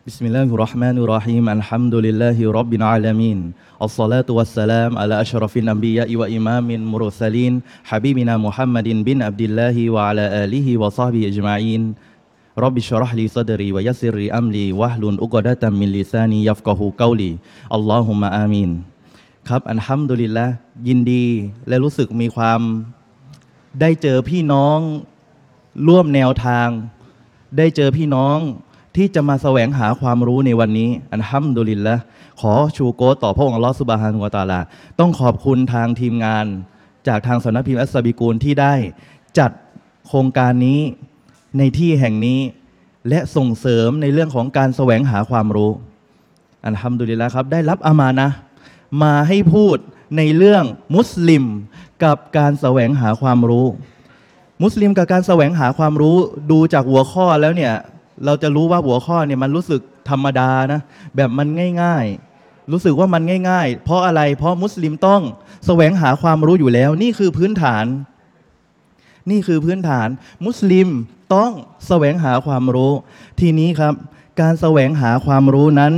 بسم الله الرحمن الرحيم الحمد لله رب العالمين الصلاة والسلام على أشرف الأنبياء وإمام المرسلين حبيبنا محمد بن عبد الله وعلى آله وصحبه أجمعين رب اشرح لي صدري ويسر لي أمري واحلل عقدة من لساني يفقهوا قولي اللهم آمين ครับอัลฮัมดุลิลละห์ยินดีและรู้สึกมีความได้เจอพี่น้องร่วมแนวทางได้เจอพี่น้องที่จะมาแสวงหาความรู้ในวันนี้อัลฮัมดุลิลละห์ขอชูโกรต่อพระองค์อัลลอฮฺซุบฮานะฮูวะตะอาลาต้องขอบคุณทางทีมงานจากทางสำนักพิมพ์อัสซาบิกูลที่ได้จัดโครงการนี้ในที่แห่งนี้และส่งเสริมในเรื่องของการแสวงหาความรู้อัลฮัมดุลิลละห์ครับได้รับอามานะห์มาให้พูดในเรื่องมุสลิมกับการแสวงหาความรู้มุสลิมกับการแสวงหาความรู้ดูจากหัวข้อแล้วเนี่ยเราจะรู้ว่าหัวข้อเนี่ยมันรู้สึกธรรมดานะแบบมันง่ายๆรู้สึกว่ามันง่ายๆเพราะอะไรเพราะมุสลิมต้องแสวงหาความรู้อยู่แล้วนี่คือพื้นฐานมุสลิมต้องแสวงหาความรู้ทีนี้ครับการแสวงหาความรู้นั้น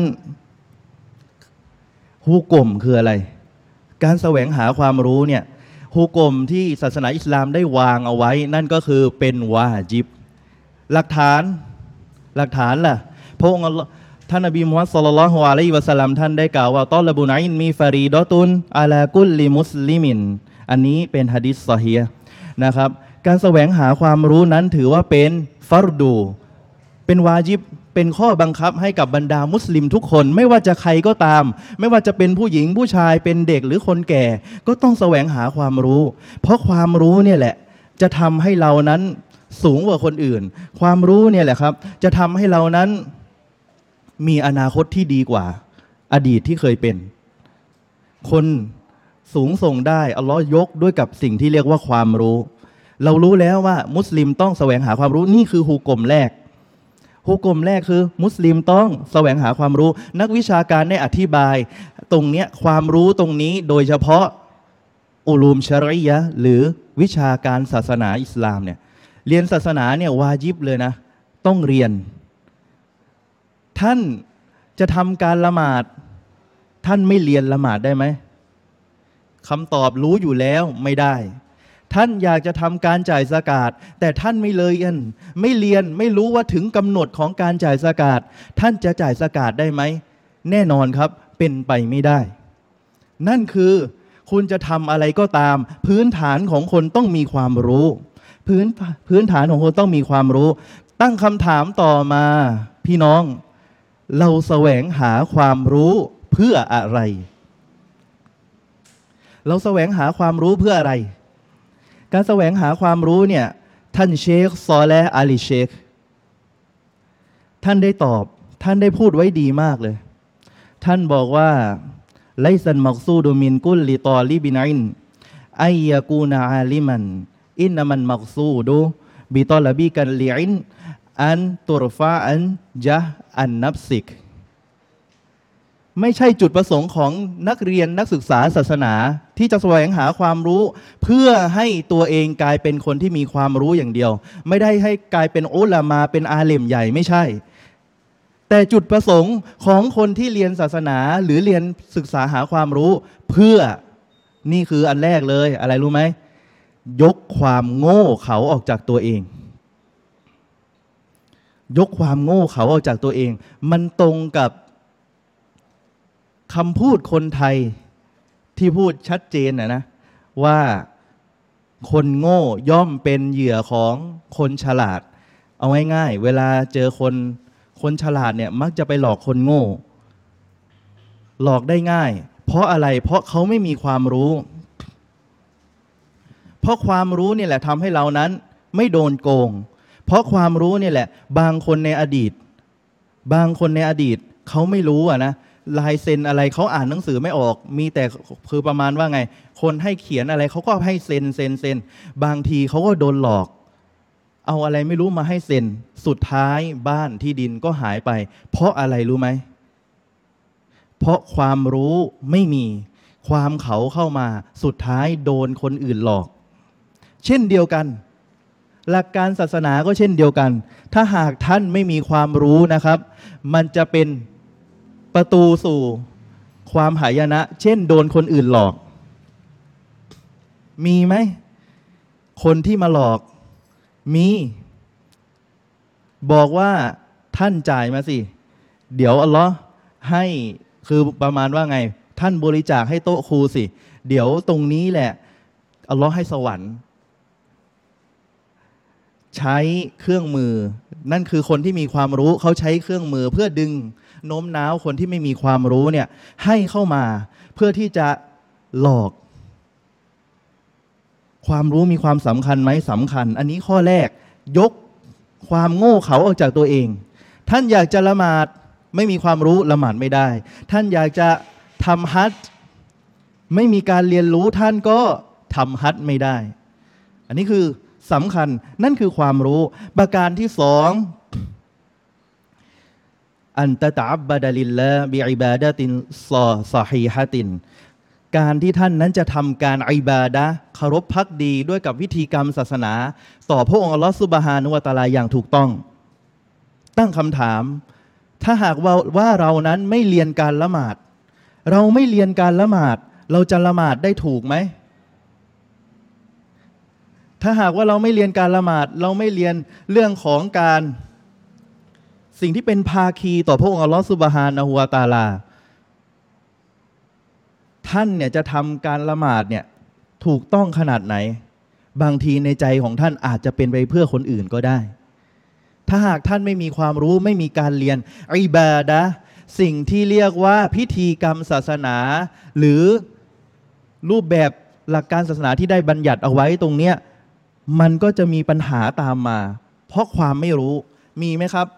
ฮุกมคืออะไรการแสวงหาความรู้เนี่ยฮุกมที่ศาสนาอิสลามได้วางเอาไว้นั่นก็คือเป็นวาญิบหลักฐานล่ะพระองค์ท่านนบีมุฮัมมัดศ็อลลัลลอฮุอะลัยฮิวะซัลลัมท่านได้กล่าวว่าตอลบุนอิลมีฟารีดะตุนอะลากุลลิมุสลิมินอันนี้เป็นหะดีษซอฮีฮ์นะครับการแสวงหาความรู้นั้นถือว่าเป็นฟัรดูเป็นวาญิบเป็นข้อบังคับให้กับบรรดามุสลิมทุกคนไม่ว่าจะใครก็ตามไม่ว่าจะเป็นผู้หญิงผู้ชายเป็นเด็กหรือคนแก่ก็ต้องแสวงหาความรู้เพราะความรู้เนี่ยแหละจะทำให้เรานั้นสูงกว่าคนอื่นความรู้เนี่ยแหละครับจะทำให้เรานั้นมีอนาคตที่ดีกว่าอดีตที่เคยเป็นคนสูงส่งได้อัลลอฮ์ยกด้วยกับสิ่งที่เรียกว่าความรู้เรารู้แล้วว่ามุสลิมต้องแสวงหาความรู้นี่คือฮุกมแรกคือมุสลิมต้องแสวงหาความรู้นักวิชาการได้อธิบายตรงเนี้ยความรู้ตรงนี้โดยเฉพาะอุลูมชะรียะห์หรือวิชาการศาสนาอิสลามเนี่ยเรียนศาสนาเนี่ยวาญิบเลยนะต้องเรียนท่านจะทำการละหมาดท่านไม่เรียนละหมาดได้ไหมคำตอบรู้อยู่แล้วไม่ได้ท่านอยากจะทำการจ่ายซะกาตแต่ท่านไม่เรียนไม่รู้ว่าถึงกำหนดของการจ่ายซะกาตท่านจะจ่ายซะกาตได้ไหมแน่นอนครับเป็นไปไม่ได้นั่นคือคุณจะทำอะไรก็ตามพื้นฐานของคนต้องมีความรู้พื้นฐานของคนต้องมีความรู้ตั้งคำถามต่อมาพี่น้องเราแสวงหาความรู้เพื่ออะไรเราแสวงหาความรู้เพื่ออะไรการแสวงหาความรู้เนี่ยท่านเชคซอเลห์อาลีเชคท่านได้ตอบท่านได้พูดไว้ดีมากเลยท่านบอกว่าไลซันมักซูดุมินกุลลิตอลิบินอินไอยะกูนาอาลิมันอินนามันมักซูดุบิตอลบิกันลิอินอันตุรฟาอันจาอันนับซิกไม่ใช่จุดประสงค์ของนักเรียนนักศึกษาศาสนาที่จะแสวงหาความรู้เพื่อให้ตัวเองกลายเป็นคนที่มีความรู้อย่างเดียวไม่ได้ให้กลายเป็นอุลามาเป็นอาเลมใหญ่ไม่ใช่แต่จุดประสงค์ของคนที่เรียนศาสนาหรือเรียนศึกษาหาความรู้เพื่อนี่คืออันแรกเลยอะไรรู้ไหมยกความโง่เขาออกจากตัวเองยกความโง่เขาออกจากตัวเองมันตรงกับคำพูดคนไทยที่พูดชัดเจนนะว่าคนโง่ย่อมเป็นเหยื่อของคนฉลาดเอาง่ายๆเวลาเจอคนฉลาดเนี่ยมักจะไปหลอกคนโง่หลอกได้ง่ายเพราะอะไรเพราะเขาไม่มีความรู้เพราะความรู้เนี่ยแหละทำให้เรานั้นไม่โดนโกงเพราะความรู้เนี่ยแหละบางคนในอดีตเขาไม่รู้นะลายเซ็นอะไรเขาอ่านหนังสือไม่ออกมีแต่คือประมาณว่าไงคนให้เขียนอะไรเขาก็ให้เซ็นบางทีเขาก็โดนหลอกเอาอะไรไม่รู้มาให้เซ็นสุดท้ายบ้านที่ดินก็หายไปเพราะอะไรรู้ไหมเพราะความรู้ไม่มีความเขาเข้ามาสุดท้ายโดนคนอื่นหลอกเช่นเดียวกันหลักการศาสนาก็เช่นเดียวกันถ้าหากท่านไม่มีความรู้นะครับมันจะเป็นประตูสู่ความหายนะเช่นโดนคนอื่นหลอกมีไหมคนที่มาหลอกมีบอกว่าท่านจ่ายมาสิเดี๋ยวอัลลอฮ์ให้คือประมาณว่าไงท่านบริจาคให้โต๊ะครูสิเดี๋ยวตรงนี้แหละอัลลอฮ์ให้สวรรค์ใช้เครื่องมือนั่นคือคนที่มีความรู้เขาใช้เครื่องมือเพื่อดึงโน้มน้าวคนที่ไม่มีความรู้เนี่ยให้เข้ามาเพื่อที่จะหลอกความรู้มีความสำคัญไหมสำคัญอันนี้ข้อแรกยกความโง่เขลาออกจากตัวเองท่านอยากจะละหมาดไม่มีความรู้ละหมาดไม่ได้ท่านอยากจะทำฮัจญ์ไม่มีการเรียนรู้ท่านก็ทำฮัจญ์ไม่ได้อันนี้คือสำคัญนั่นคือความรู้ประการที่สองอันตะตะอับบะดะลิลลาบิอิบาดะตินซอฮีฮะตินการที่ท่านนั้นจะทำการอิบาดะห์เคารพภักดีด้วยกับวิธีกรรมศาสนาต่อพระองค์อัลลอฮฺซุบฮานะฮูวะตะอาลาอย่างถูกต้องตั้งคำถามถ้าหากว่าเรานั้นไม่เรียนการละหมาดเราไม่เรียนการละหมาดเราจะละหมาดได้ถูกไหมถ้าหากว่าเราไม่เรียนการละหมาดเราไม่เรียนเรื่องของการสิ่งที่เป็นภาคีต่อพระองค์อัลลอฮฺซุบฮานะฮูวะตะอาลาท่านเนี่ยจะทำการละหมาดเนี่ยถูกต้องขนาดไหนบางทีในใจของท่านอาจจะเป็นไปเพื่อคนอื่นก็ได้ถ้าหากท่านไม่มีความรู้ไม่มีการเรียนอิบาดะห์สิ่งที่เรียกว่าพิธีกรรมศาสนาหรือรูปแบบหลักการศาสนาที่ได้บัญญัติเอาไว้ตรงเนี้ยมันก็จะมีปัญหาตามมาเพราะความไม่รู้มีไหมครับ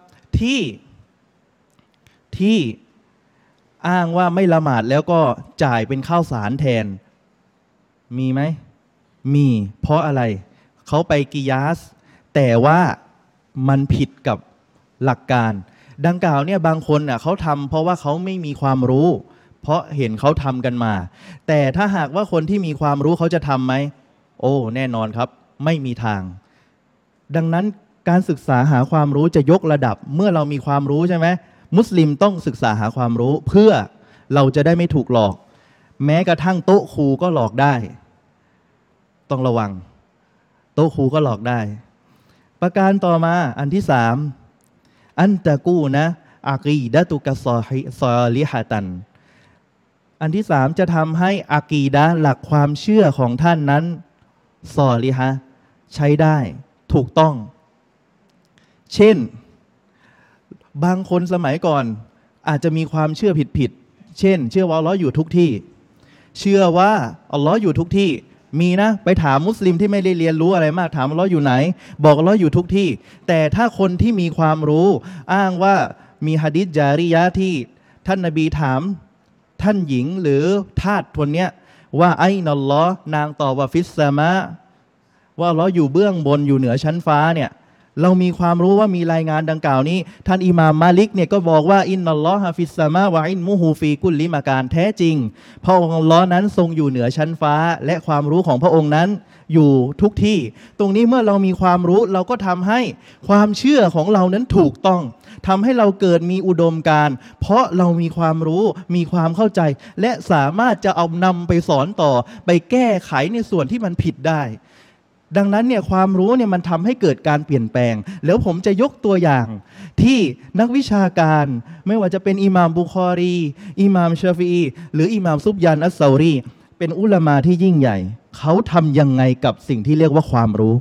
ที่อ้างว่าไม่ละหมาดแล้วก็จ่ายเป็นข้าวสารแทนมีไหมมีเพราะอะไรเขาไปกิยาสแต่ว่ามันผิดกับหลักการดังกล่าวเนี่ยบางคนน่ะเขาทำเพราะว่าเขาไม่มีความรู้เพราะเห็นเขาทำกันมาแต่ถ้าหากว่าคนที่มีความรู้เขาจะทำไหมโอ้แน่นอนครับไม่มีทางดังนั้นการศึกษาหาความรู้จะยกระดับเมื่อเรามีความรู้ใช่ไหมมุสลิมต้องศึกษาหาความรู้เพื่อเราจะได้ไม่ถูกหลอกแม้กระทั่งโต๊ะครูก็หลอกได้ต้องระวังโต๊ะครูก็หลอกได้ประการต่อมาอันที่สามอันตะกูนะอากีดะตุกะซอลิฮะตันอันที่สามจะทำให้อากีดะห์หลักความเชื่อของท่านนั้นซอลิฮะใช้ได้ถูกต้องเช่นบางคนสมัยก่อนอาจจะมีความเชื่อผิดเช่นเชื่อว่าอัลเลาะห์อยู่ทุกที่เชื่อว่าอัลเลาะห์อยู่ทุกที่มีนะไปถามมุสลิมที่ไม่ได้เรียนรู้อะไรมากถามอัลเลาะห์อยู่ไหนบอกอัลเลาะห์อยู่ทุกที่แต่ถ้าคนที่มีความรู้อ้างว่ามีหะดีษจาริยะห์ที่ท่านนบีถามท่านหญิงหรือทาสคนเนี้ยว่าไอนัลลอฮ์นางตอบว่าฟิสซามะว่าอัลเลาะห์อยู่เบื้องบนอยู่เหนือชั้นฟ้าเนี่ยเรามีความรู้ว่ามีรายงานดังกล่าวนี้ท่านอิหม่ามมาลิกเนี่ยก็บอกว่าอินนัลลอฮะฟิสซามาวะอินมุฮูฟีกุลลิมาการแท้จริงพระองค์อัลเลาะห์นั้นทรงอยู่เหนือชั้นฟ้าและความรู้ของพระองค์นั้นอยู่ทุกที่ตรงนี้เมื่อเรามีความรู้เราก็ทำให้ความเชื่อของเรานั้นถูกต้องทำให้เราเกิดมีอุดมการณ์เพราะเรามีความรู้มีความเข้าใจและสามารถจะเอานำไปสอนต่อไปแก้ไขในส่วนที่มันผิดได้ดังนั้นเนี่ยความรู้เนี่ยมันทำให้เกิดการเปลี่ยนแปลงแล้วผมจะยกตัวอย่างที่นักวิชาการไม่ว่าจะเป็นอิหม่ามบุคอรีอิหม่ามชาฟิอีหรืออิหม่ามซุบยานอัสซอรีเป็นอุลามะที่ยิ่งใหญ่เขาทำยังไงกับสิ่งที่เรียกว่าความรู้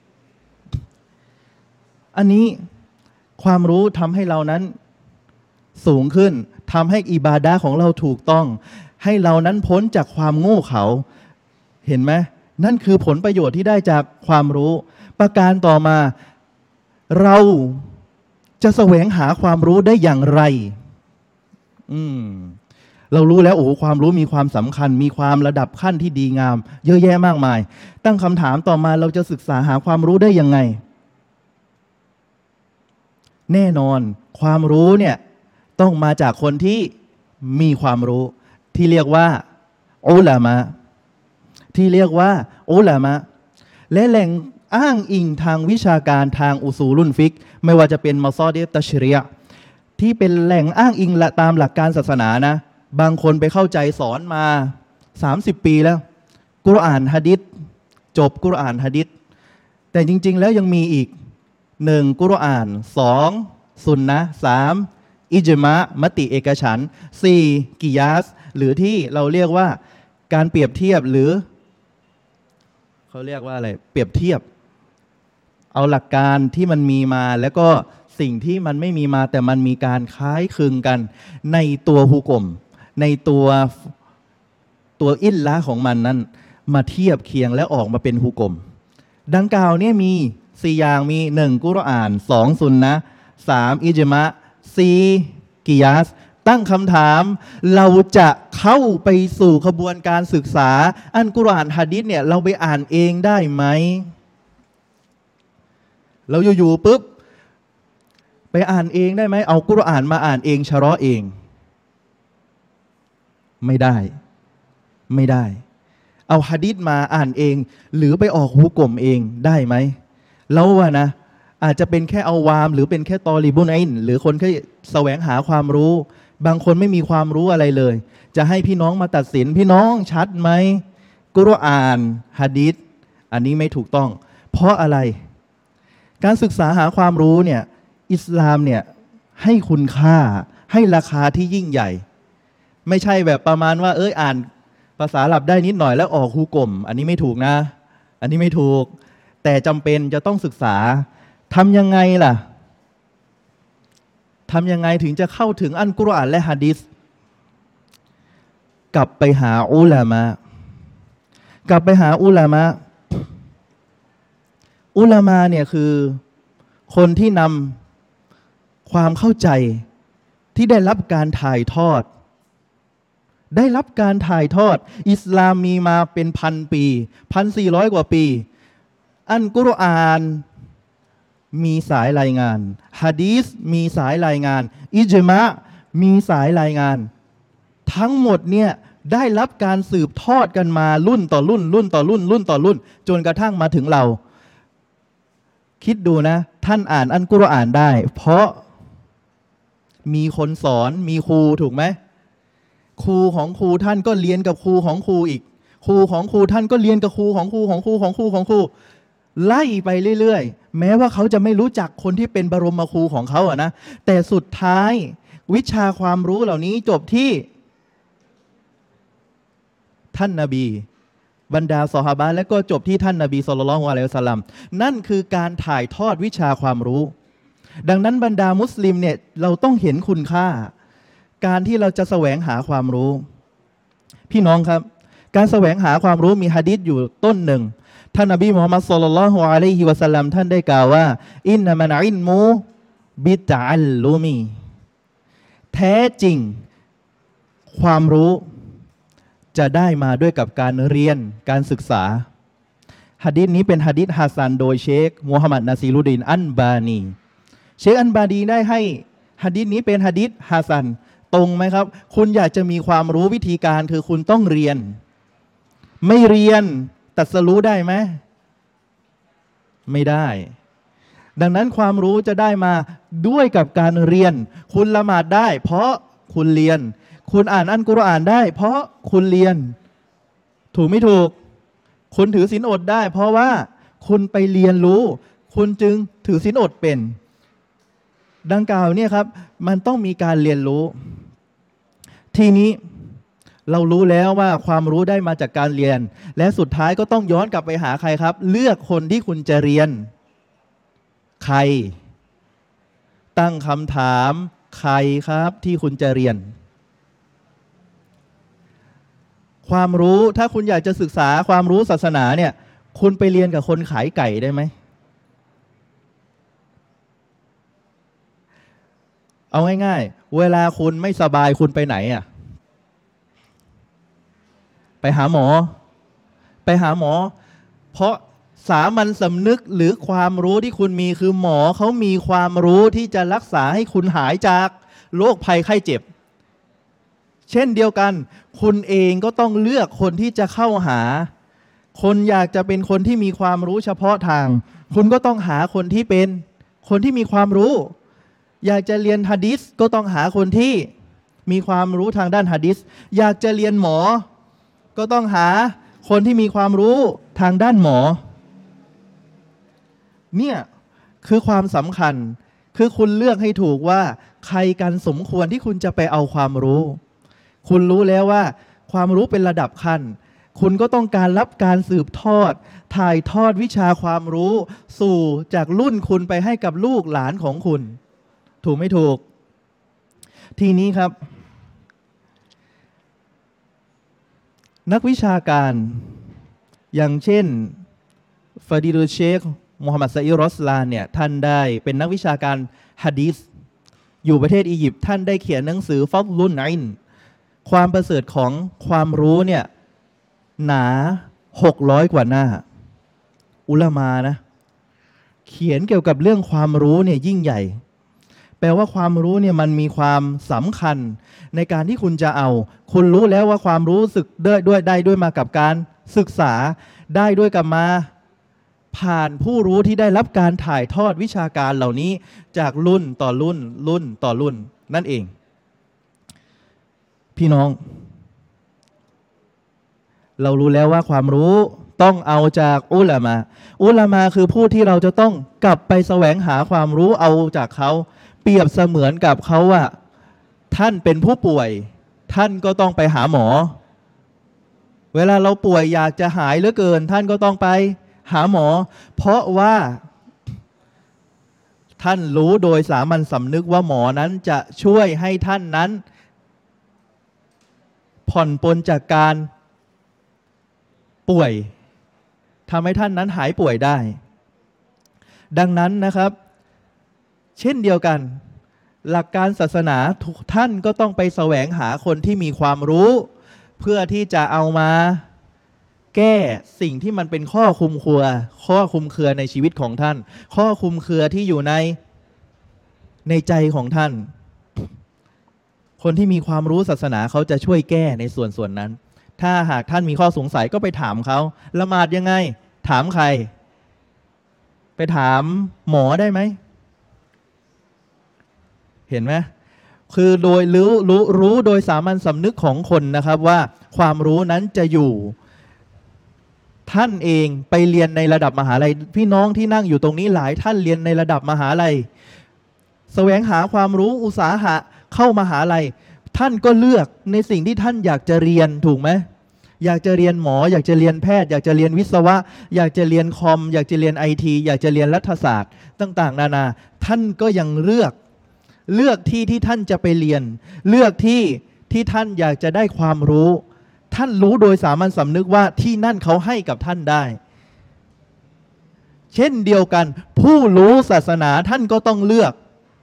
อันนี้ความรู้ทำให้เรานั้นสูงขึ้นทำให้อิบาดะห์ของเราถูกต้องให้เรานั้นพ้นจากความโง่เขลาเห็นไหมนั่นคือผลประโยชน์ที่ได้จากความรู้ประการต่อมาเราจะแสวงหาความรู้ได้อย่างไรเรารู้แล้วโอ้โหความรู้มีความสำคัญมีความระดับขั้นที่ดีงามเยอะแยะมากมายตั้งคำถามต่อมาเราจะศึกษาหาความรู้ได้ยังไงแน่นอนความรู้เนี่ยต้องมาจากคนที่มีความรู้ที่เรียกว่าอุลามะและแหล่งอ้างอิงทางวิชาการทางอุซูลุนฟิกไม่ว่าจะเป็นมัซอดิตัชรีอะห์ที่เป็นแหล่งอ้างอิงละตามหลักการศาสนานะบางคนไปเข้าใจสอนมา30 ปีแล้วกุรอานหะดีษจบกุรอานหะดีษแต่จริงๆแล้วยังมีอีก1กุรอาน2ซุนนะห์3อิจมะมติเอกฉันท์4กิยาสหรือที่เราเรียกว่าการเปรียบเทียบหรือเขาเรียกว่าอะไรเปรียบเทียบเอาหลักการที่มันมีมาแล้วก็สิ่งที่มันไม่มีมาแต่มันมีการคล้ายคลึงกันในตัวฮุกมในตัวอิลละของมันนั้นมาเทียบเคียงและออกมาเป็นฮุกมดังกล่าวเนี่ยมี4อย่างมี1กุรอาน2ซุนนะห์3อิจมะ4กิยาสตั้งคำถามเราจะเข้าไปสู่ขบวนการศึกษาอันกุรอานหะดีษเนี่ยเราไปอ่านเองได้ไหมเราอยู่ๆปุ๊บไปอ่านเองได้ไหมเอากุรอานมาอ่านเองชะเราะห์เองไม่ได้เอาหะดีษมาอ่านเองหรือไปออกฮุกมเองได้ไหมเราว่านะอาจจะเป็นแค่เอาวามหรือเป็นแค่ตอลิบุนอิลหรือคนแค่แสวงหาความรู้บางคนไม่มีความรู้อะไรเลยจะให้พี่น้องมาตัดสินพี่น้องชัดไหมกุรอานหะดีษอันนี้ไม่ถูกต้องเพราะอะไรการศึกษาหาความรู้เนี่ยอิสลามเนี่ยให้คุณค่าให้ราคาที่ยิ่งใหญ่ไม่ใช่แบบประมาณว่าอ่านภาษาอาหรับได้นิดหน่อยแล้วออกฮุกมอันนี้ไม่ถูกนะอันนี้ไม่ถูกแต่จำเป็นจะต้องศึกษาทำยังไงล่ะทำยังไงถึงจะเข้าถึงอัลกุรอานและหะดีษกลับไปหาอุลามะเนี่ยคือคนที่นำความเข้าใจที่ได้รับการถ่ายทอดอิสลามมีมาเป็น1,000 ปี1,400 กว่าปีอัลกุรอานมีสายรายงานหะดีษมีสายรายงานอิจมะมีสายรายงานทั้งหมดเนี่ยได้รับการสืบทอดกันมารุ่นต่อรุ่นจนกระทั่งมาถึงเราคิดดูนะท่านอ่านอัลกุรอานได้เพราะมีคนสอนมีครูถูกไหมครูของครูท่านก็เรียนกับครูของครูอีกครูของครูท่านก็เรียนกับครูของครูไล่ไปเรื่อยๆแม้ว่าเขาจะไม่รู้จักคนที่เป็นบรมครูของเขาอะนะแต่สุดท้ายวิชาความรู้เหล่านี้จบที่ท่านนบีบรรดาซอฮาบะห์และก็จบที่ท่านนบีศ็อลลัลลอฮุอะลัยฮิวะซัลลัมนั่นคือการถ่ายทอดวิชาความรู้ดังนั้นบรรดามุสลิมเนี่ยเราต้องเห็นคุณค่าการที่เราจะแสวงหาความรู้พี่น้องครับการแสวงหาความรู้มีหะดีษอยู่ต้นหนึ่งท่านนบีมุฮัมมัดศ็อลลัลลอฮุอะลัยฮิวะซัลลัมท่านได้กล่าวว่าอินนะมันอิลมุบิตะอัลลุมีแท้จริงความรู้จะได้มาด้วยกับการเรียนการศึกษาหะดีษนี้เป็นหะดีษฮะซันโดยเชคมูฮัมหมัดนาซีรุดดีนอันบานีเชคอันบานีได้ให้หะดีษนี้เป็นหะดีษฮะซันตรงไหมครับคุณอยากจะมีความรู้วิธีการคือคุณต้องเรียนไม่เรียนตัดสรู้ได้ไหมไม่ได้ดังนั้นความรู้จะได้มาด้วยกับการเรียนคุณละหมาดได้เพราะคุณเรียนคุณอ่านอัลกุรอานได้เพราะคุณเรียนถูกไม่ถูกคุณถือศีลอดได้เพราะว่าคุณไปเรียนรู้คุณจึงถือศีลอดเป็นดังกล่าวเนี่ยครับมันต้องมีการเรียนรู้ทีนี้เรารู้แล้วว่าความรู้ได้มาจากการเรียนและสุดท้ายก็ต้องย้อนกลับไปหาใครครับเลือกคนที่คุณจะเรียนใครตั้งคำถามใครครับที่คุณจะเรียนความรู้ถ้าคุณอยากจะศึกษาความรู้ศาสนาเนี่ยคุณไปเรียนกับคนขายไก่ได้ไหมเอาง่ายๆเวลาคุณไม่สบายคุณไปไหนอ่ะไปหาหมอเพราะสามัญสำนึกหรือความรู้ที่คุณมีคือหมอเขามีความรู้ที่จะรักษาให้คุณหายจากโรคภัยไข้เจ็บเช่นเดียวกันคุณเองก็ต้องเลือกคนที่จะเข้าหาคนอยากจะเป็นคนที่มีความรู้เฉพาะทางคุณก็ต้องหาคนที่เป็นคนที่มีความรู้อยากจะเรียนหะดีษก็ต้องหาคนที่มีความรู้ทางด้านหะดีษอยากจะเรียนหมอก็ต้องหาคนที่มีความรู้ทางด้านหมอเนี่ยคือความสำคัญคือคุณเลือกให้ถูกว่าใครกันสมควรที่คุณจะไปเอาความรู้คุณรู้แล้วว่าความรู้เป็นระดับขั้นคุณก็ต้องการรับการสืบทอดถ่ายทอดวิชาความรู้สู่จากรุ่นคุณไปให้กับลูกหลานของคุณถูกไม่ถูกทีนี้ครับนักวิชาการอย่างเช่นฟาดิลุเชคมูฮัมหมัดซะอีรอสลานเนี่ยท่านได้เป็นนักวิชาการหะดีษอยู่ประเทศอียิปต์ท่านได้เขียนหนังสือฟัดลุนอิลม์ความประเสริฐของความรู้เนี่ยหนา600 กว่าหน้าอุลามานะเขียนเกี่ยวกับเรื่องความรู้เนี่ยยิ่งใหญ่แปลว่าความรู้เนี่ยมันมีความสำคัญในการที่คุณจะเอาคุณรู้แล้วว่าความรู้สึกได้ด้วยมากับการศึกษาได้ด้วยกับมาผ่านผู้รู้ที่ได้รับการถ่ายทอดวิชาการเหล่านี้จากรุ่นต่อรุ่นรุ่นต่อรุ่นนั่นเองพี่น้องเรารู้แล้วว่าความรู้ต้องเอาจากอุลามาคือผู้ที่เราจะต้องกลับไปแสวงหาความรู้เอาจากเขาเปรียบเสมือนกับเขาว่าท่านเป็นผู้ป่วยท่านก็ต้องไปหาหมอเวลาเราป่วยอยากจะหายเหลือเกินท่านก็ต้องไปหาหมอเพราะว่าท่านรู้โดยสามัญสำนึกว่าหมอนั้นจะช่วยให้ท่านนั้นผ่อนปลนจากการป่วยทำให้ท่านนั้นหายป่วยได้ดังนั้นนะครับเช่นเดียวกันหลักการศาสนาทุกท่านก็ต้องไปแสวงหาคนที่มีความรู้เพื่อที่จะเอามาแก้สิ่งที่มันเป็นข้อคลุมเครือในชีวิตของท่านข้อคลุมเครือที่อยู่ในใจของท่านคนที่มีความรู้ศาสนาเขาจะช่วยแก้ในส่วนนั้นถ้าหากท่านมีข้อสงสัยก็ไปถามเขาละหมาดยังไงถามใครไปถามหมอได้ไหมเห็นไหมคือโดยรู้โดยสามัญสำนึกของคนนะครับว่าความรู้นั้นจะอยู่ท่านเองไปเรียนในระดับมหาลัยพี่น้องที่นั่งอยู่ตรงนี้หลายท่านเรียนในระดับมหาลัยแสวงหาความรู้อุตสาหะเข้ามหาลัยท่านก็เลือกในสิ่งที่ท่านอยากจะเรียนถูกไหมอยากจะเรียนหมออยากจะเรียนแพทย์อยากจะเรียนวิศวะอยากจะเรียนคอมอยากจะเรียนITอยากจะเรียนรัฐศาสตร์ต่างๆนานาท่านก็ยังเลือกที่ท่านจะไปเรียนเลือกที่ท่านอยากจะได้ความรู้ท่านรู้โดยสามัญสำนึกว่าที่นั่นเขาให้กับท่านได้เช่นเดียวกันผู้รู้ศาสนาท่านก็ต้องเลือก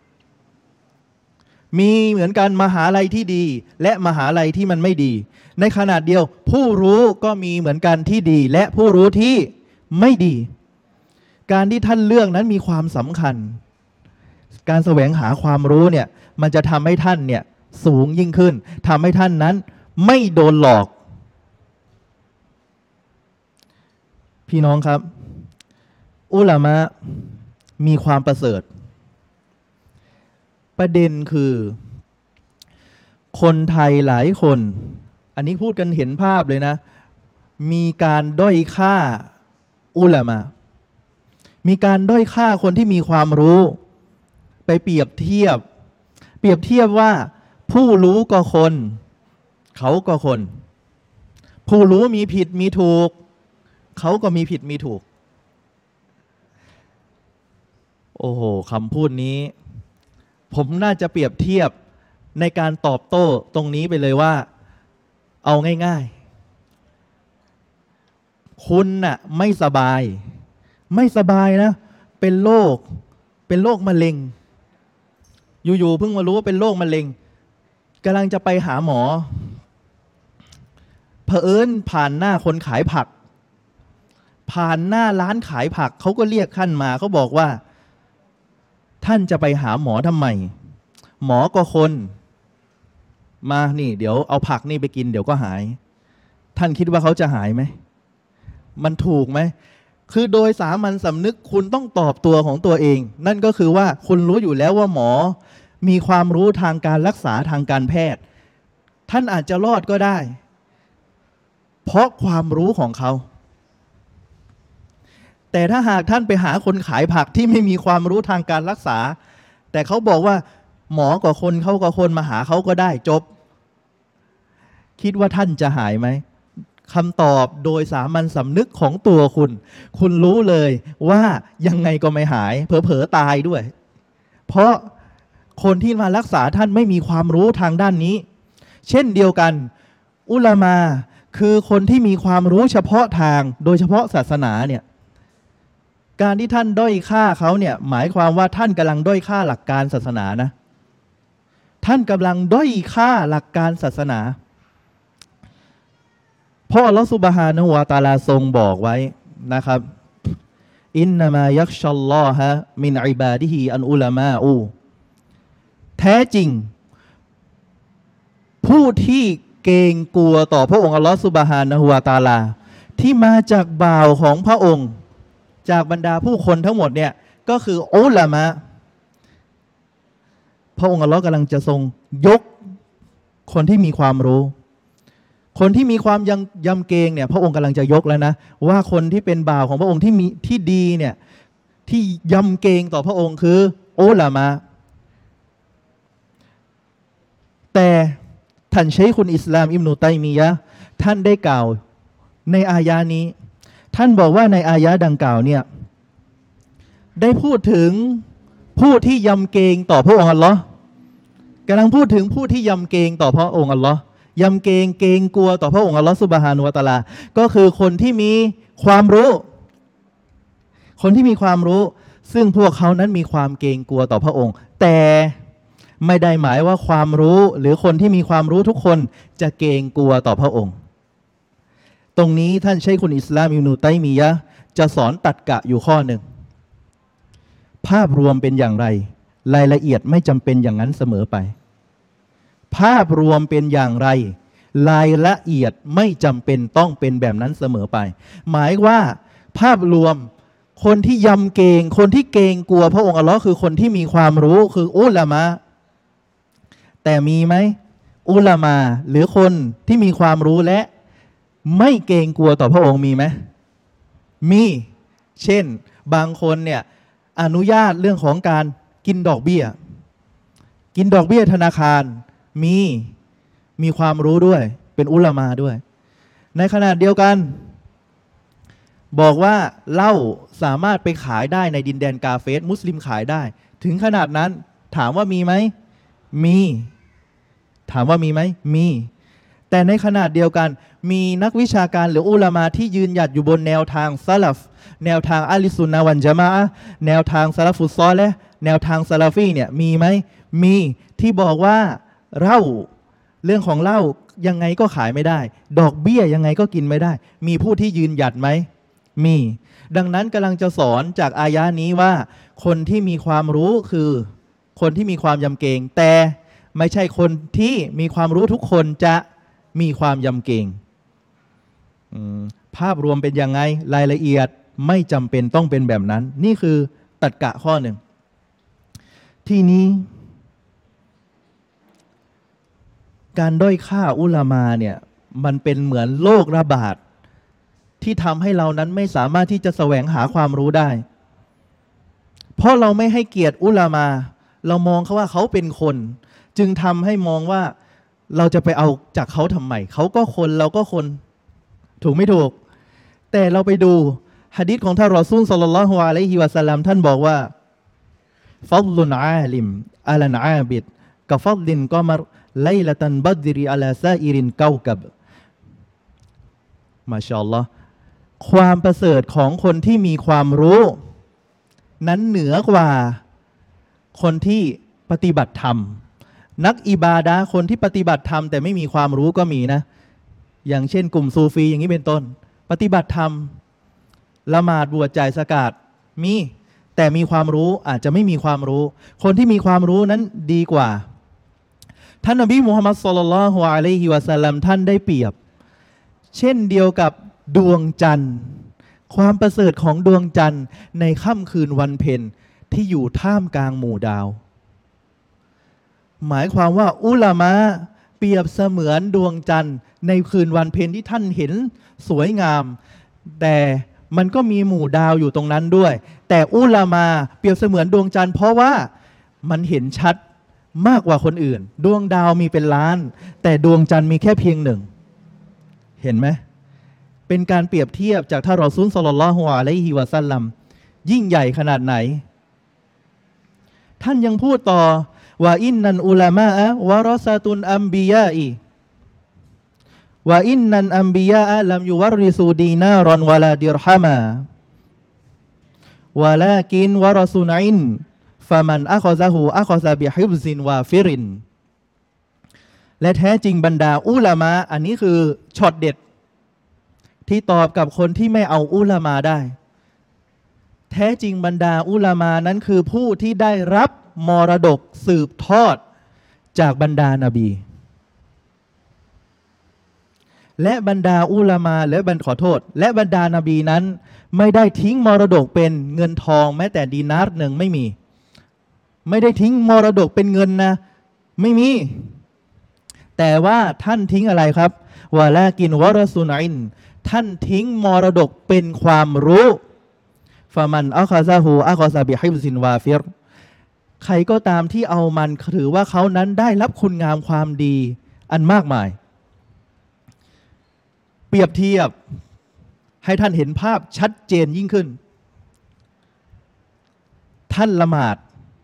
มีเหมือนกันมหาลัยที่ดีและมหาลัยที่มันไม่ดีในขนาดเดียวผู้รู้ก็มีเหมือนกันที่ดีและผู้รู้ที่ไม่ดีการที่ท่านเลือกนั้นมีความสำคัญการแสวงหาความรู้เนี่ยมันจะทำให้ท่านเนี่ยสูงยิ่งขึ้นทำให้ท่านนั้นไม่โดนหลอกพี่น้องครับอุลามะมีความประเสริฐประเด็นคือคนไทยหลายคนอันนี้พูดกันเห็นภาพเลยนะมีการด้อยค่าอุลามะมีการด้อยค่าคนที่มีความรู้ไปเปรียบเทียบว่าผู้รู้ก็คนเขาก็คนผู้รู้มีผิดมีถูกเขาก็มีผิดมีถูกโอ้โหคำพูดนี้ผมน่าจะเปรียบเทียบในการตอบโต้ตรงนี้ไปเลยว่าเอาง่ายๆคุณน่ะไม่สบายนะเป็นโรคมะเร็งอยู่ๆเพิ่งมารู้ว่าเป็นโรคมะเร็งกำลังจะไปหาหมอเผอิญผ่านหน้าคนขายผักผ่านหน้าร้านขายผักเขาก็เรียกท่านมาเขาบอกว่าท่านจะไปหาหมอทำไมหมอก็คนมานี่เดี๋ยวเอาผักนี่ไปกินเดี๋ยวก็หายท่านคิดว่าเขาจะหายไหมมันถูกไหมคือโดยสามัญสำนึกคุณต้องตอบตัวของตัวเอง นั่นก็คือว่าคุณรู้อยู่แล้วว่าหมอมีความรู้ทางการรักษาทางการแพทย์ท่านอาจจะรอดก็ได้เพราะความรู้ของเขาแต่ถ้าหากท่านไปหาคนขายผักที่ไม่มีความรู้ทางการรักษาแต่เขาบอกว่าหมอกว่าคนเขาก็คนมาหาเขาก็ได้จบคิดว่าท่านจะหายไหมคำตอบโดยสามัญสำนึกของตัวคุณรู้เลยว่ายังไงก็ไม่หายเผลอๆตายด้วยเพราะคนที่มารักษาท่านไม่มีความรู้ทางด้านนี้เช่นเดียวกันอุลามาคือคนที่มีความรู้เฉพาะทางโดยเฉพาะศาสนาเนี่ยการที่ท่านด้อยค่าเขาเนี่ยหมายความว่าท่านกำลังด้อยค่าหลักการศาสนานะท่านกำลังด้อยค่าหลักการศาสนาเพราะอัลเลาะห์ซุบฮานะฮูวะตะอาลาทรงบอกไว้นะครับอินนามายักชัลลอฮะมินอิบาดิฮิอันอุลามาอูแท้จริงผู้ที่เกรงกลัวต่อพระองค์อัลเลาะห์ซุบฮานะฮูวะตะอาลาที่มาจากบ่าวของพระองค์จากบรรดาผู้คนทั้งหมดเนี่ยก็คืออุลามะพระองค์อัลเลาะห์กำลังจะทรงยกคนที่มีความรู้คนที่มีความยำเกรงเนี่ยพระองค์กำลังจะยกแล้วนะว่าคนที่เป็นบ่าวของพระองค์ที่มีที่ดีเนี่ยที่ยำเกรงต่อพระองค์คืออุลามะแต่ท่านชัยคุลอิสลามอิบนุตัยมียะห์ท่านได้กล่าวในอายะนี้ท่านบอกว่าในอายะดังกล่าวเนี่ยได้พูดถึงผู้ที่ยำเกรงต่อพระองค์อัลลอฮ์กำลังพูดถึงผู้ที่ยำเกรงต่อพระองค์อัลลอฮ์ยำเกรงกลัวต่อพระองค์อัลลอฮ์ซุบฮานะฮูวะตะอาลาก็คือคนที่มีความรู้คนที่มีความรู้ซึ่งพวกเขานั้นมีความเกรงกลัวต่อพระองค์แต่ไม่ได้หมายว่าความรู้หรือคนที่มีความรู้ทุกคนจะเกรงกลัวต่อพระองค์ตรงนี้ท่านชัยคุลอิสลามอิบนุตัยมียะห์จะสอนตัดกะอยู่ข้อหนึ่งภาพรวมเป็นอย่างไรรายละเอียดไม่จำเป็นอย่างนั้นเสมอไปภาพรวมเป็นอย่างไรรายละเอียดไม่จำเป็นต้องเป็นแบบนั้นเสมอไปหมายว่าภาพรวมคนที่ยำเกรงคนที่เกรงกลัวพระองค์อัลเลาะห์คือคนที่มีความรู้คืออุลามะแต่มีไหมอุลามะหรือคนที่มีความรู้และไม่เกรงกลัวต่อพระองค์มีไหมมีเช่นบางคนเนี่ยอนุญาตเรื่องของการกินดอกเบี้ยธนาคารมีความรู้ด้วยเป็นอุลามะด้วยในขณะเดียวกันบอกว่าเหล้าสามารถไปขายได้ในดินแดนกาเฟรมุสลิมขายได้ถึงขนาดนั้นถามว่ามีไหมมีถามว่ามีไหมมีแต่ในขณะเดียวกันมีนักวิชาการหรืออุลามะที่ยืนหยัดอยู่บนแนวทางซะลัฟแนวทางอะลิซุนนะฮ์วัลญะมาอะฮ์แนวทางซะลาฟุศอลิฮ์แนวทางซะลาฟีเนี่ยมีไหมมีที่บอกว่าเหล้าเรื่องของเหล้ายังไงก็ขายไม่ได้ดอกเบี้ยยังไงก็กินไม่ได้มีผู้ที่ยืนหยัดไหมมีดังนั้นกำลังจะสอนจากอายะนี้ว่าคนที่มีความรู้คือคนที่มีความยำเกรงแต่ไม่ใช่คนที่มีความรู้ทุกคนจะมีความยำเกรงภาพรวมเป็นยังไงรายละเอียดไม่จำเป็นต้องเป็นแบบนั้นนี่คือตรรกะข้อหนึ่งทีนี้การด้อยค่าอุลามาเนี่ยมันเป็นเหมือนโรคระบาดที่ทำให้เรานั้นไม่สามารถที่จะแสวงหาความรู้ได้เพราะเราไม่ให้เกียรติอุลามาเรามองเขาว่าเขาเป็นคนจึงทำให้มองว่าเราจะไปเอาจากเขาทำไมเขาก็คนเราก็คนถูกไม่ถูกแต่เราไปดูหะดีษของท่านรอซูลศ็อลลัลลอฮุอะลัยฮิวะซัลลัมท่านบอกว่าฟัฎลุนอาลิมอะลันอาบิดกะฟัฎลินกอมรไลละตันบัดริอะลาซาอิรินเกากับมาชาอัลลอฮ์ความประเสริฐของคนที่มีความรู้นั้นเหนือกว่าคนที่ปฏิบัติธรรมนักอิบาดะห์คนที่ปฏิบัติธรรมแต่ไม่มีความรู้ก็มีนะอย่างเช่นกลุ่มซูฟีอย่างนี้เป็นต้นปฏิบัติธรรมละหมาดบวชจ่ายซะกาตมีแต่มีความรู้อาจจะไม่มีความรู้คนที่มีความรู้นั้นดีกว่าท่านนบีมุฮัมมัดศ็อลลัลลอฮุอะลัยฮิวะซัลลัมท่านได้เปรียบเช่นเดียวกับดวงจันทร์ความประเสริฐของดวงจันทร์ในค่ำคืนวันเพ็ญที่อยู่ท่ามกลางหมู่ดาวหมายความว่าอุลามะเปรียบเสมือนดวงจันทร์ในคืนวันเพ็ญที่ท่านเห็นสวยงามแต่มันก็มีหมู่ดาวอยู่ตรงนั้นด้วยแต่อุลามะเปรียบเสมือนดวงจันทร์เพราะว่ามันเห็นชัดมากกว่าคนอื่นดวงดาวมีเป็นล้านแต่ดวงจันทร์มีแค่เพียงหนึ่งเห็นไหมเป็นการเปรียบเทียบจากท่านรอซูลศ็อลลัลลอฮุอะลัยฮิวะซัลลัมยิ่งใหญ่ขนาดไหนท่านยังพูดต่อว่าอินนันอุลามะวะรอซะตุนอัมบิยาอีว่าอินนันอัมบิยาลัมยุวรริซูดีนารอนวะลาดิรฮะมาวะลากินวะรอซูนอินฟะมันอะคอซะฮูอะคอซะบิฮิฟซินวาฟิรินและแท้จริงบรรดาอุลามะอันนี้คือช็อตเด็ดที่ตอบกับคนที่ไม่เอาอุลามะได้แท้จริงบรรดาอุลามะนั้นคือผู้ที่ได้รับมรดกสืบทอดจากบรรดานบีและบรรดาอุลามะและขอโทษและบรรดานบีนั้นไม่ได้ทิ้งมรดกเป็นเงินทองแม้แต่ดีนาร์หนึ่งไม่ได้ทิ้งมรดกเป็นเงินนะไม่มีแต่ว่าท่านทิ้งอะไรครับวะลากินวะรอซูนอินท่านทิ้งมรดกเป็นความรู้ฟะมันอะคอซะฮูอะคอซะบิฮิฟซินวาฟิรใครก็ตามที่เอามันถือว่าเขานั้นได้รับคุณงามความดีอันมากมายเปรียบเทียบให้ท่านเห็นภาพชัดเจนยิ่งขึ้นท่านละหมาด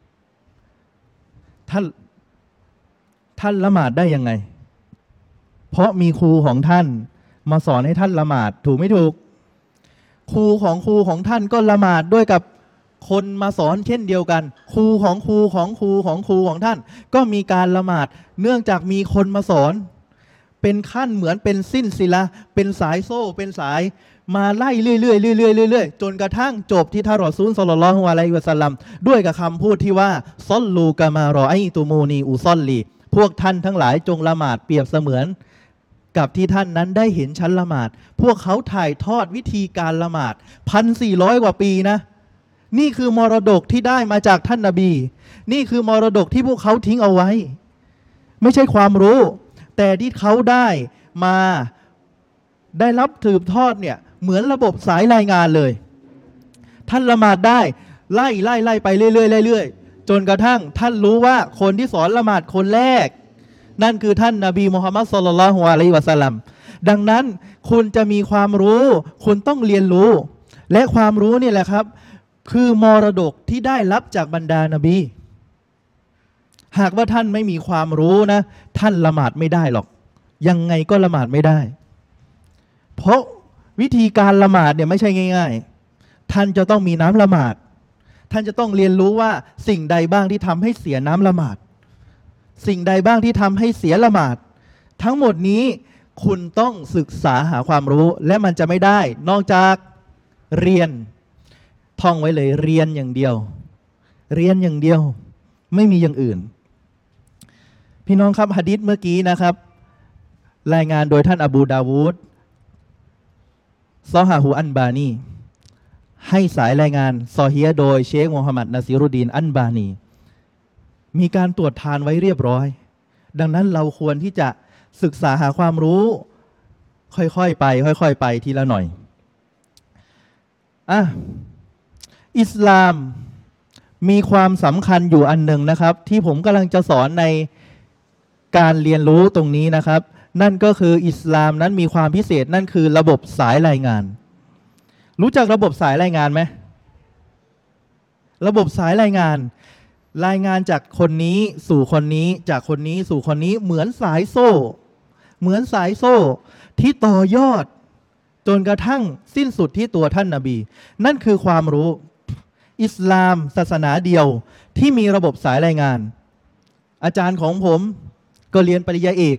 ท่านละหมาดได้ยังไงเพราะมีครูของท่านมาสอนให้ท่านละหมาดถูกไม่ถูกครูของท่านก็ละหมาดด้วยกับคนมาสอนเช่นเดียวกันครูของครูของท่านก็มีการละหมาดเนื่องจากมีคนมาสอนเป็นขั้นเหมือนเป็นสิ้นศิลาเป็นสายโซ่เป็นสายมาไล่เรื่อยๆจนกระทั่งจบที่ท่านรอซูลศ็อลลัลลอฮุอะลัยฮิวะซัลลัมด้วยกับคำพูดที่ว่าซอลลูกะมารอไอตุมูนีอุซอลลีพวกท่านทั้งหลายจงละหมาดเปรียบเสมือนกับที่ท่านนั้นได้เห็นฉันละหมาดพวกเขาถ่ายทอดวิธีการละหมาด 1,400 กว่าปีนะนี่คือมรดกที่ได้มาจากท่านนบีนี่คือมรดกที่พวกเขาทิ้งเอาไว้ไม่ใช่ความรู้แต่ที่เขาได้มาได้รับสืบทอดเนี่ยเหมือนระบบสายรายงานเลยท่านละหมาดได้ไล่ไปเรื่อยๆจนกระทั่งท่านรู้ว่าคนที่สอนละหมาดคนแรกนั่นคือท่านนบีมุฮัมมัดศ็อลลัลลอฮุอะลัยฮิวะซัลลัมดังนั้นคุณจะมีความรู้คุณต้องเรียนรู้และความรู้นี่แหละครับคือมรดกที่ได้รับจากบรรดานบีหากว่าท่านไม่มีความรู้นะท่านละหมาดไม่ได้หรอกยังไงก็ละหมาดไม่ได้เพราะวิธีการละหมาดเนี่ยไม่ใช่ง่ายๆท่านจะต้องมีน้ำละหมาดท่านจะต้องเรียนรู้ว่าสิ่งใดบ้างที่ทำให้เสียน้ำละหมาดสิ่งใดบ้างที่ทำให้เสียละหมาดทั้งหมดนี้คุณต้องศึกษาหาความรู้และมันจะไม่ได้นอกจากเรียนท่องไว้เลยเรียนอย่างเดียวไม่มีอย่างอื่นพี่น้องครับหะดีษเมื่อกี้นะครับรายงานโดยท่านอบูดาวูดซอฮาฮูอันบานีให้สายรายงานซอฮีฮ์โดยเชคมูฮัมหมัดนาซีรุดดีนอันบานีมีการตรวจทานไว้เรียบร้อยดังนั้นเราควรที่จะศึกษาหาความรู้ค่อยๆไปทีละหน่อยอิสลามมีความสำคัญอยู่อันหนึ่งนะครับที่ผมกำลังจะสอนในการเรียนรู้ตรงนี้นะครับนั่นก็คืออิสลามนั้นมีความพิเศษนั่นคือระบบสายรายงานรู้จักระบบสายรายงานไหมระบบสายรายงานจากคนนี้สู่คนนี้จากคนนี้สู่คนนี้เหมือนสายโซ่ที่ต่อยอดจนกระทั่งสิ้นสุดที่ตัวท่านนบีนั่นคือความรู้อิสลามศาสนาเดียวที่มีระบบสายรายงานอาจารย์ของผมก็เรียนปริญญาเอก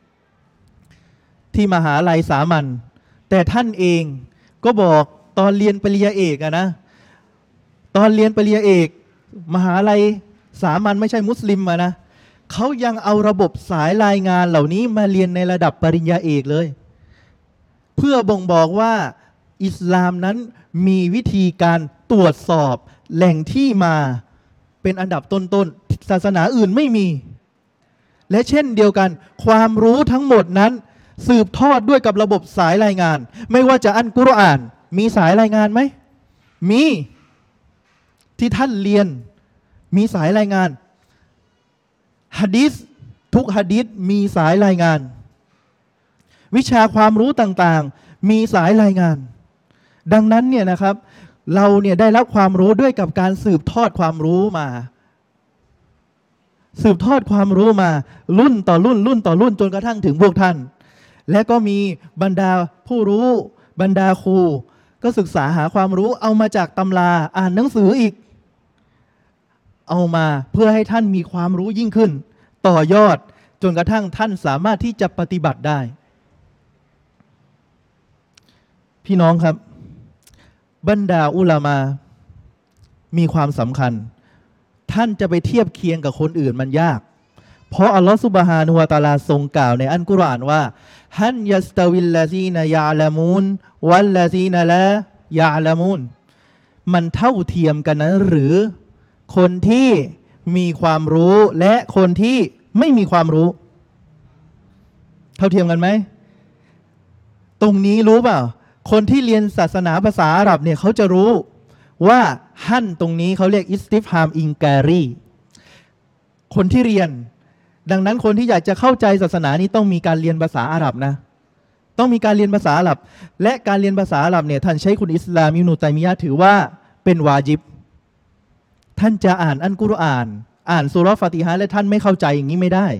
ที่มหาลัยสามัญแต่ท่านเองก็บอกตอนเรียนปริญญาเอกนะตอนเรียนปริญญาเอกมหาลัยสามัญไม่ใช่มุสลิมนะเขายังเอาระบบสายรายงานเหล่านี้มาเรียนในระดับปริญญาเอกเลยเพื่อบ่งบอกว่าอิสลามนั้นมีวิธีการตรวจสอบแหล่งที่มาเป็นอันดับต้นๆศาสนาอื่นไม่มีและเช่นเดียวกันความรู้ทั้งหมดนั้นสืบทอดด้วยกับระบบสายรายงานไม่ว่าจะอัลกุรอานมีสายรายงานไหมมีที่ท่านเรียนมีสายรายงานหะดีษทุกหะดีษมีสายรายงานวิชาความรู้ต่างๆมีสายรายงานดังนั้นเนี่ยนะครับเราเนี่ยได้รับความรู้ด้วยกับการสืบทอดความรู้มาสืบทอดความรู้มารุ่นต่อรุ่นต่อรุ่นจนกระทั่งถึงพวกท่านและก็มีบรรดาผู้รู้บรรดาครูก็ศึกษาหาความรู้เอามาจากตำราอ่านหนังสืออีกเอามาเพื่อให้ท่านมีความรู้ยิ่งขึ้นต่อยอดจนกระทั่งท่านสามารถที่จะปฏิบัติได้พี่น้องครับบรรดาอุลามามีความสำคัญท่านจะไปเทียบเคียงกับคนอื่นมันยากเพราะอัลลอฮฺซุบฮานะฮูวะตะอาลาทรงกล่าวในอัลกุรอานว่าฮันยัสตาวิลลาซีนยะละมูนวัลลาซีนละยะละมูนมันเท่าเทียมกันนะหรือคนที่มีความรู้และคนที่ไม่มีความรู้เท่าเทียมกันไหมตรงนี้รู้เปล่าคนที่เรียนศาสนาภาษาอาหรับเนี่ยเขาจะรู้ว่าฮั่นตรงนี้เขาเรียกอิสติฟฮามอิงการีคนที่เรียนดังนั้นคนที่อยากจะเข้าใจศาสนานี้ต้องมีการเรียนภาษาอาหรับนะต้องมีการเรียนภาษาอาหรับและการเรียนภาษาอาหรับเนี่ยท่านใช้คุณอิสลามอิบนุตัยมียะห์ถือว่าเป็นวาญิบท่านจะอ่านอัลกุรอานอ่านซูเราะห์ฟาติฮะห์และท่านไม่เข้าใจอย่างนี้ไม่ได้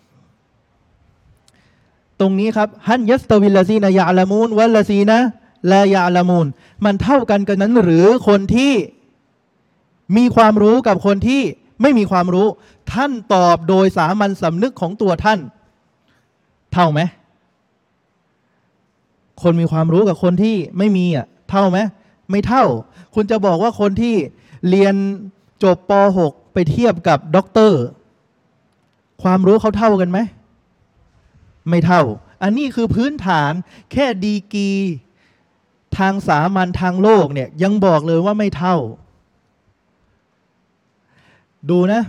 ตรงนี้ครับฮันยัสตาวิลลาซีนยะละมูนวัลลาซีนะลายะละมูนมันเท่ากันกันนั้นหรือคนที่มีความรู้กับคนที่ไม่มีความรู้ท่านตอบโดยสามัญสำนึกของตัวท่านเท่าไหมคนมีความรู้กับคนที่ไม่มีอ่ะเท่าไหมไม่เท่าคุณจะบอกว่าคนที่เรียนจบป .6 ไปเทียบกับด็อกเตอร์ความรู้เขาเท่ากันไหมไม่เท่าอันนี้คือพื้นฐานแค่ดีกรีทางสามัญทางโลกเนี่ยยังบอกเลยว่าไม่เท่าดูนะ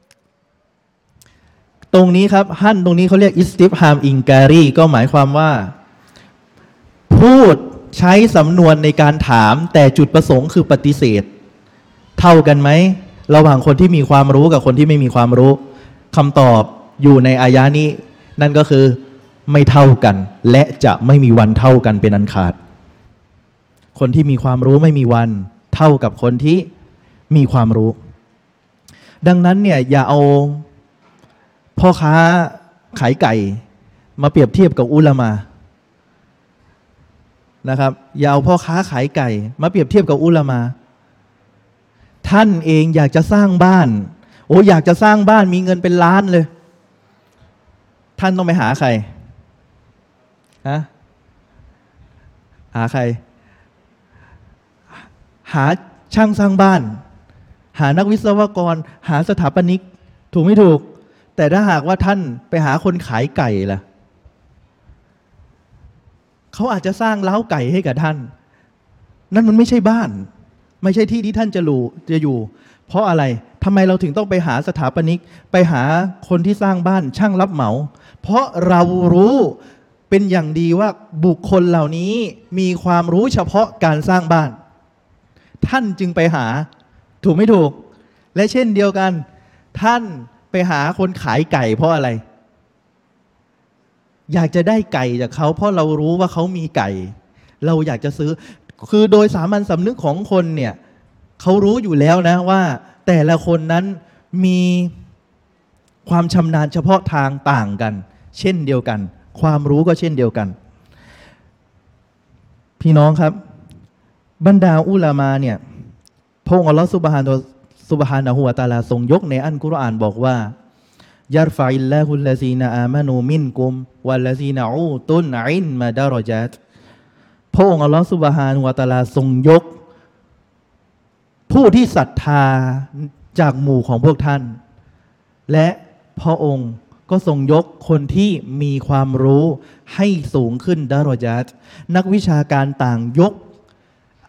ตรงนี้ครับฮั่นตรงนี้เขาเรียกอิสติฟฮามอิงการีก็หมายความว่าพูดใช้สำนวนในการถามแต่จุดประสงค์คือปฏิเสธเท่ากันไหมระหว่างคนที่มีความรู้กับคนที่ไม่มีความรู้คำตอบอยู่ในอายะนี้นั่นก็คือไม่เท่ากันและจะไม่มีวันเท่ากันเป็นอันขาดคนที่มีความรู้ไม่มีวันเท่ากับคนที่มีความรู้ดังนั้นเนี่ยอย่าเอาพ่อค้าขายไก่มาเปรียบเทียบกับอุลามะนะครับอย่าเอาพ่อค้าขายไก่มาเปรียบเทียบกับอุลามะท่านเองอยากจะสร้างบ้านอยากจะสร้างบ้านมีเงินเป็นล้านเลยท่านต้องไปหาใครหาใครหาช่างสร้างบ้านหานักวิศวกรหาสถาปนิกถูกไม่ถูกแต่ถ้าหากว่าท่านไปหาคนขายไก่ล่ะเขาอาจจะสร้างเล้าไก่ให้กับท่านนั่นมันไม่ใช่บ้านไม่ใช่ที่ที่ท่านจะอยู่เพราะอะไรทำไมเราถึงต้องไปหาสถาปนิกไปหาคนที่สร้างบ้านช่างรับเหมาเพราะเรารู้เป็นอย่างดีว่าบุคคลเหล่านี้มีความรู้เฉพาะการสร้างบ้านท่านจึงไปหาถูกไม่ถูกและเช่นเดียวกันท่านไปหาคนขายไก่เพราะอะไรอยากจะได้ไก่จากเขาเพราะเรารู้ว่าเขามีไก่เราอยากจะซื้อคือโดยสามัญสำนึกของคนเนี่ยเขารู้อยู่แล้วนะว่าแต่ละคนนั้นมีความชำนาญเฉพาะทางต่างกันเช่นเดียวกันความรู้ก็เช่นเดียวกันพี่น้องครับบรรดาอุลามาเนี่ยพระองค์อัลลอฮฺซุบฮานะฮูวะตะอาลาทรงยกในอัลกุรอานบอกว่ายัรฟะอิลลาฮุลลซีนะอามานูมินกุมวัลลซีนะอูตุนอิลมาดารอญาตพระองค์อัลลอฮฺซุบฮานะฮูวะตะอาลาทรงยกผู้ที่ศรัทธาจากหมู่ของพวกท่านและพระองค์ก็ทรงยกคนที่มีความรู้ให้สูงขึ้นดารอญาตนักวิชาการต่างยก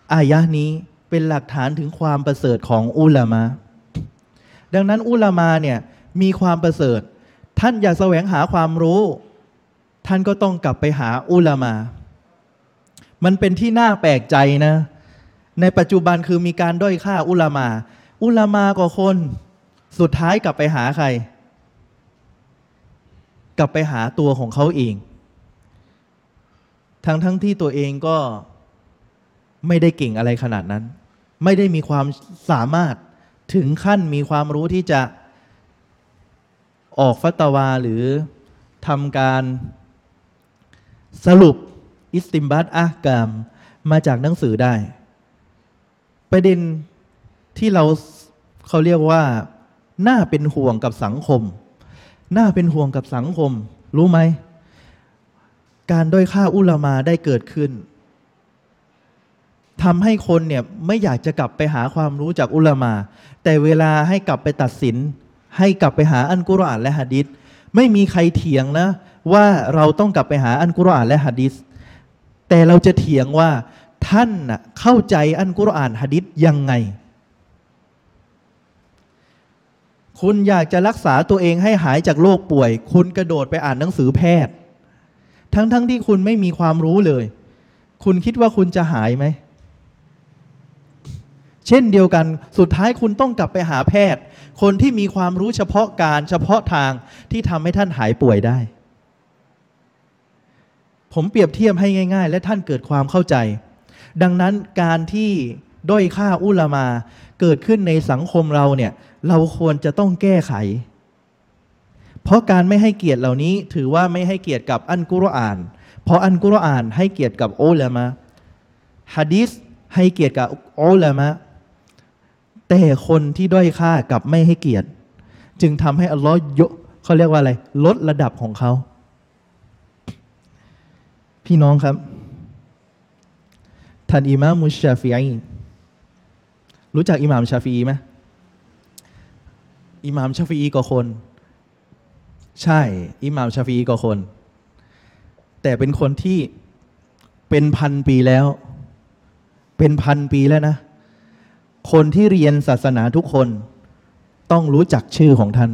อายะห์นี้เป็นหลักฐานถึงความประเสริฐของอุลามะดังนั้นอุลามะเนี่ยมีความประเสริฐท่านอยากแสวงหาความรู้ท่านก็ต้องกลับไปหาอุลามะมันเป็นที่น่าแปลกใจนะในปัจจุบันคือมีการด้อยค่าอุลามะกว่าคนสุดท้ายกลับไปหาใครกลับไปหาตัวของเขาเองทั้งที่ตัวเองก็ไม่ได้เก่งอะไรขนาดนั้นไม่ได้มีความสามารถถึงขั้นมีความรู้ที่จะออกฟัตวาหรือทำการสรุปอิสติมบัตอะกามมาจากหนังสือได้ประเด็นที่เขาเรียกว่าน่าเป็นห่วงกับสังคมน่าเป็นห่วงกับสังคมรู้ไหมการด้อยค่าอุลามะได้เกิดขึ้นทำให้คนเนี่ยไม่อยากจะกลับไปหาความรู้จากอุลามะแต่เวลาให้กลับไปตัดสินให้กลับไปหาอัลกุรอานและหะดีษไม่มีใครเถียงนะว่าเราต้องกลับไปหาอัลกุรอานและหะดีษแต่เราจะเถียงว่าท่านเข้าใจอัลกุรอานหะดีษยังไงคุณอยากจะรักษาตัวเองให้หายจากโรคป่วยคุณกระโดดไปอ่านหนังสือแพทย์ทั้งที่คุณไม่มีความรู้เลยคุณคิดว่าคุณจะหายไหมเช่นเดียวกันสุดท้ายคุณต้องกลับไปหาแพทย์คนที่มีความรู้เฉพาะการเฉพาะทางที่ทำให้ท่านหายป่วยได้ผมเปรียบเทียบให้ง่ายๆและท่านเกิดความเข้าใจดังนั้นการที่ด้อยค่าอุลามะเกิดขึ้นในสังคมเราเนี่ยเราควรจะต้องแก้ไขเพราะการไม่ให้เกียรติเหล่านี้ถือว่าไม่ให้เกียรติกับอัลกุรอานเพราะอัลกุรอานให้เกียรติกับอุลามะหะดีษให้เกียรติกับอุลามะแต่คนที่ด้อยค่ากับไม่ให้เกียรติจึงทำให้อัลลอฮ์เขาเรียกว่าอะไรลดระดับของเขาพี่น้องครับท่านอิมามมุชชาฟิอีรู้จักอิหม่ามชาฟิอีไหมอิหม่ามชาฟิอีก็คนใช่อิหม่ามชาฟิอีก็คนแต่เป็นคนที่เป็นพันปีแล้วเป็นพันปีแล้วนะคนที่เรียนศาสนาทุกคนต้องรู้จักชื่อของท่าน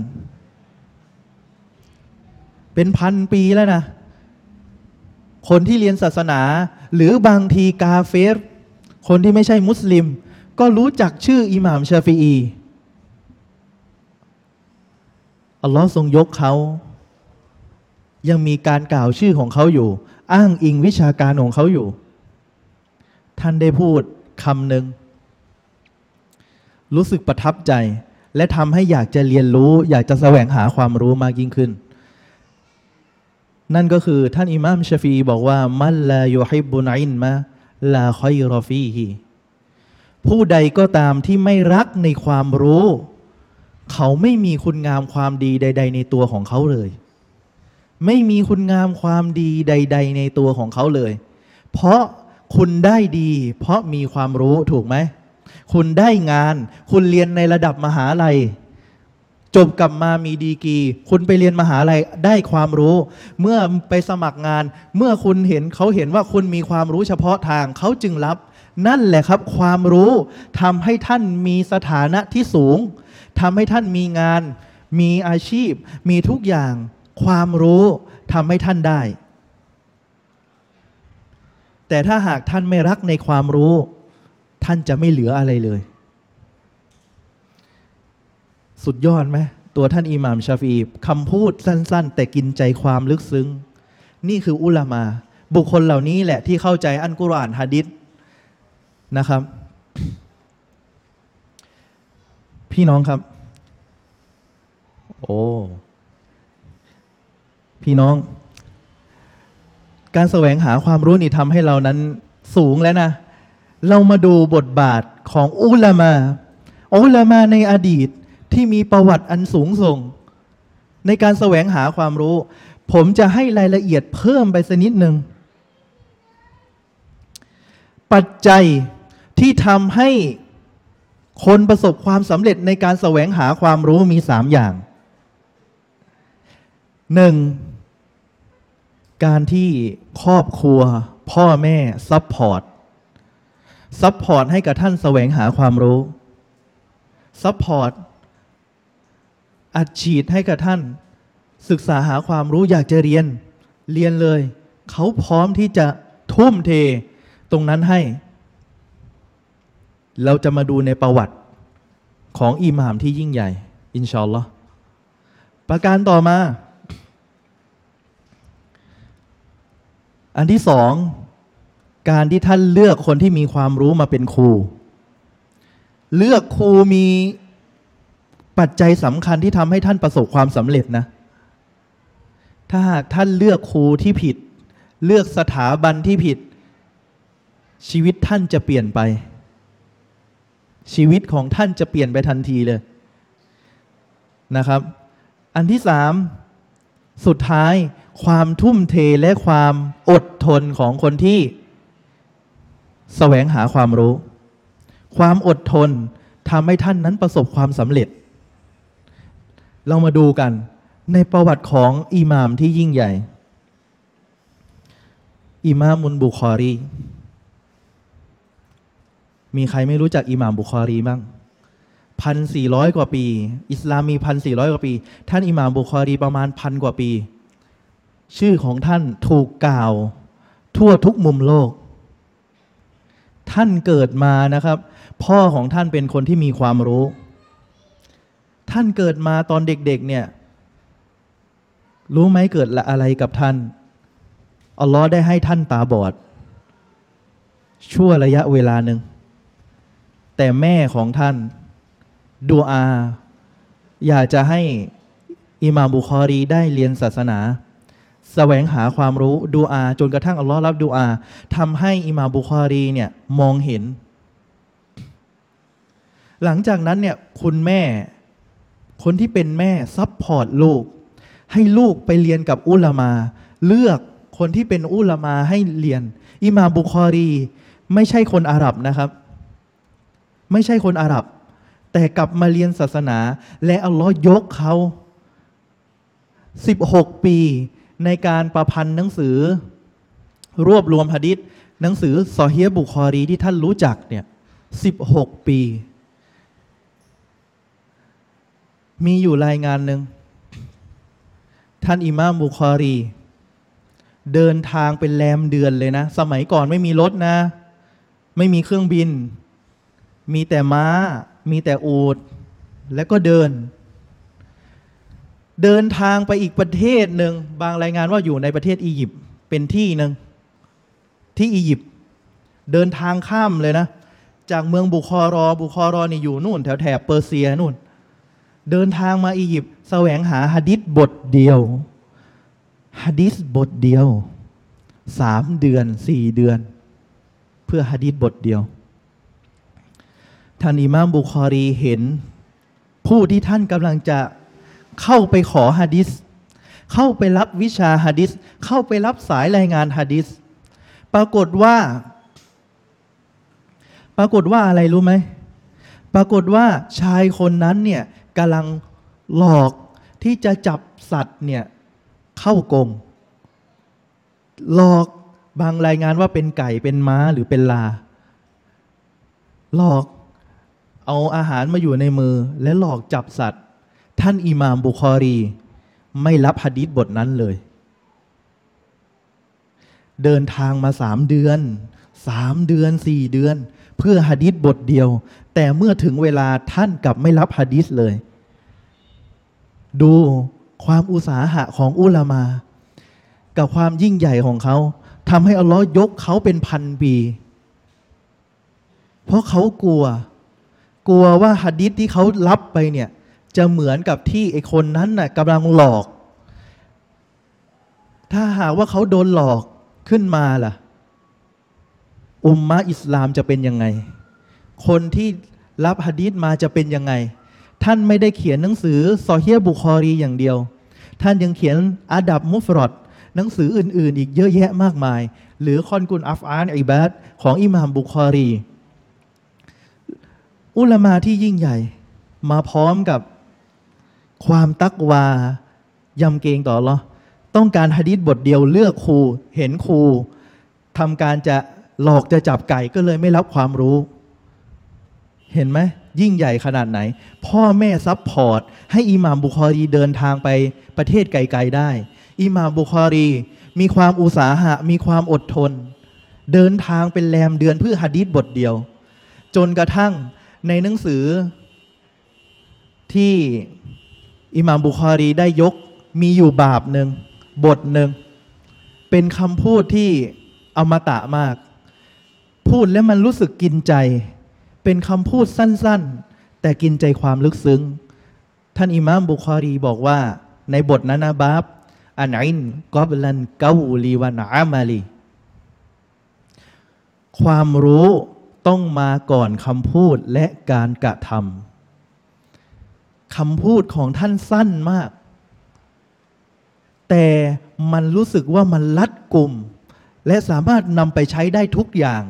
เป็นพันปีแล้วนะคนที่เรียนศาสนาหรือบางทีกาเฟรคนที่ไม่ใช่มุสลิมก็รู้จักชื่ออิหม่ามชาฟิอีอัลลอฮ์ทรงยกเขายังมีการกล่าวชื่อของเขาอยู่อ้างอิงวิชาการของเขาอยู่ท่านได้พูดคำหนึ่งรู้สึกประทับใจและทำให้อยากจะเรียนรู้อยากจะแสวงหาความรู้มากยิ่งขึ้นนั่นก็คือท่านอิหม่ามชาฟีบอกว่ามัลลายุฮิบบุนอินมะลาคอยรอฟีฮีผู้ใดก็ตามที่ไม่รักในความรู้เขาไม่มีคุณงามความดีใดๆในตัวของเขาเลยไม่มีคุณงามความดีใดๆในตัวของเขาเลยเพราะคุณได้ดีเพราะมีความรู้ถูกไหมคุณได้งานคุณเรียนในระดับมหาลัยจบกลับมามีดีกรีคุณไปเรียนมหาลัยได้ความรู้เมื่อไปสมัครงานเมื่อคุณเขาเห็นว่าคุณมีความรู้เฉพาะทางเขาจึงรับนั่นแหละครับความรู้ทำให้ท่านมีสถานะที่สูงทำให้ท่านมีงานมีอาชีพมีทุกอย่างความรู้ทำให้ท่านได้แต่ถ้าหากท่านไม่รักในความรู้ท่านจะไม่เหลืออะไรเลยสุดยอดไหมตัวท่านอิหม่ามชาฟีอีคำพูดสั้นๆแต่กินใจความลึกซึ้งนี่คืออุลามะบุคคลเหล่านี้แหละที่เข้าใจอัลกุรอานหะดีษนะครับพี่น้องครับโอ้พี่น้องการแสวงหาความรู้นี่ทำให้เรานั้นสูงแล้วนะเรามาดูบทบาทของอุลามะในอดีตที่มีประวัติอันสูงส่งในการแสวงหาความรู้ผมจะให้รายละเอียดเพิ่มไปสักนิดหนึ่งปัจจัยที่ทำให้คนประสบความสำเร็จในการแสวงหาความรู้มี3อย่าง1การที่ครอบครัวพ่อแม่ซัพพอร์ตซัพพอร์ตให้กับท่านแสวงหาความรู้ซัพพอร์ตอัดฉีดให้กับท่านศึกษาหาความรู้อยากจะเรียนเลยเขาพร้อมที่จะทุ่มเทตรงนั้นให้เราจะมาดูในประวัติของอิหม่ามที่ยิ่งใหญ่อินชาอัลลอฮ์ประการต่อมาอันที่สองการที่ท่านเลือกคนที่มีความรู้มาเป็นครูเลือกครูมีปัจจัยสำคัญที่ทำให้ท่านประสบความสำเร็จนะถ้าหากท่านเลือกครูที่ผิดเลือกสถาบันที่ผิดชีวิตท่านจะเปลี่ยนไปชีวิตของท่านจะเปลี่ยนไปทันทีเลยนะครับอันที่สามสุดท้ายความทุ่มเทและความอดทนของคนที่แสวงหาความรู้ความอดทนทำให้ท่านนั้นประสบความสำเร็จเรามาดูกันในประวัติของอิหม่ามที่ยิ่งใหญ่อิหม่ามุลบุคอรีมีใครไม่รู้จักอิหม่ามบุคอรีบ้าง1,400 กว่าปีอิสลามมี1,400 กว่าปีท่านอิหม่ามบุคอรีประมาณ1,000 กว่าปีชื่อของท่านถูกกล่าวทั่วทุกมุมโลกท่านเกิดมานะครับพ่อของท่านเป็นคนที่มีความรู้ท่านเกิดมาตอนเด็กๆเนี่ยรู้ไหมเกิดอะไรกับท่านอัลลอฮ์ได้ให้ท่านตาบอดชั่วระยะเวลาหนึ่งแต่แม่ของท่านดุอาอยากจะให้อิหม่ามบุคอรีได้เรียนศาสนาแสวงหาความรู้ดุอาจนกระทั่งอัลลอฮ์รับดุอาทำให้อิหม่ามบุคอรีเนี่ยมองเห็นหลังจากนั้นเนี่ยคุณแม่คนที่เป็นแม่ซัพพอร์ตลูกให้ลูกไปเรียนกับอุลามาเลือกคนที่เป็นอุลามาให้เรียนอิหม่ามบุคอรีไม่ใช่คนอาหรับนะครับไม่ใช่คนอาหรับแต่กลับมาเรียนศาสนาและอัลลอฮ์ยกเขา16 ปีในการประพันธ์หนังสือรวบรวมหะดีษหนังสือซอฮีฮ์บุคอรีที่ท่านรู้จักเนี่ย16 ปีมีอยู่รายงานหนึ่งท่านอิหม่ามบุคอรีเดินทางเป็นแรมเดือนเลยนะสมัยก่อนไม่มีรถนะไม่มีเครื่องบินมีแต่ม้ามีแต่อูฐแล้วก็เดินทางไปอีกประเทศหนึ่งบางรายงานว่าอยู่ในประเทศอียิปต์เป็นที่หนึ่งที่อียิปต์เดินทางข้ามเลยนะจากเมืองบุคอรอนี่อยู่นู่นแถบเปอร์เซียนู่นเดินทางมาอียิปต์แสวงหาหะดีษบทเดียวหะดีษบทเดียว3 เดือน4 เดือนเพื่อหะดีษบทเดียวท่านอิหม่ามบุคอรีเห็นผู้ที่ท่านกำลังจะเข้าไปขอหะดีษเข้าไปรับวิชาหะดีษเข้าไปรับสายรายงานหะดีษปรากฏว่าอะไรรู้ไหมปรากฏว่าชายคนนั้นเนี่ยกำลังหลอกที่จะจับสัตว์เนี่ยเข้ากรงหลอกบางรายงานว่าเป็นไก่เป็นม้าหรือเป็นลาหลอกเอาอาหารมาอยู่ในมือและหลอกจับสัตว์ท่านอิหม่ามบุคอรีไม่รับหะดีษบทนั้นเลยเดินทางมา3 เดือน4 เดือนเพื่อหะดีษบทเดียวแต่เมื่อถึงเวลาท่านกลับไม่รับหะดีษเลยดูความอุตสาหะของอุลามากับความยิ่งใหญ่ของเขาทำให้อัลลอฮ์ยกเขาเป็น1,000 ปีเพราะเขากลัวว่าหะดีษที่เขารับไปเนี่ยจะเหมือนกับที่ไอ้คนนั้นน่ะกำลังหลอกถ้าหากว่าเขาโดนหลอกขึ้นมาล่ะอุมมะอิสลามจะเป็นยังไงคนที่รับหะดีษมาจะเป็นยังไงท่านไม่ได้เขียนหนังสือซอฮีฮ์บุคอรีอย่างเดียวท่านยังเขียนอาดับมุฟรอดหนังสืออื่นๆอีกเยอะแยะมากมายหรือคอนกุลอัฟอานอิบาดของอิหม่ามบุคอรีอุลามาที่ยิ่งใหญ่มาพร้อมกับความตักวายำเกรงต่ออัลเลาะห์ต้องการหะดีษบทเดียวเลือกครูเห็นครูทำการจะหลอกจะจับไก่ก็เลยไม่รับความรู้เห็นไหมยิ่งใหญ่ขนาดไหนพ่อแม่ซัพพอร์ตให้อิหม่ามบุคอรีเดินทางไปประเทศไกลๆได้อิหม่ามบุคอรีมีความอุตสาหะมีความอดทนเดินทางเป็นแรมเดือนเพื่อหะดีษบทเดียวจนกระทั่งในหนังสือที่อิหม่ามบุคอรีได้ยกมีอยู่บาปหนึ่งบทหนึ่งเป็นคำพูดที่อมตะมากพูดแล้วมันรู้สึกกินใจเป็นคำพูดสั้นๆแต่กินใจความลึกซึ้งท่านอิหม่ามบุคอรีบอกว่าในบทนั้นนะบาบอันอินกอบลันกาอูลีวันอามาลีความรู้ต้องมาก่อนคำพูดและการกระทำคำพูดของท่านสั้นมากแต่มันรู้สึกว่ามันรัดกุมและสามารถนำไปใช้ได้ทุกอย่าง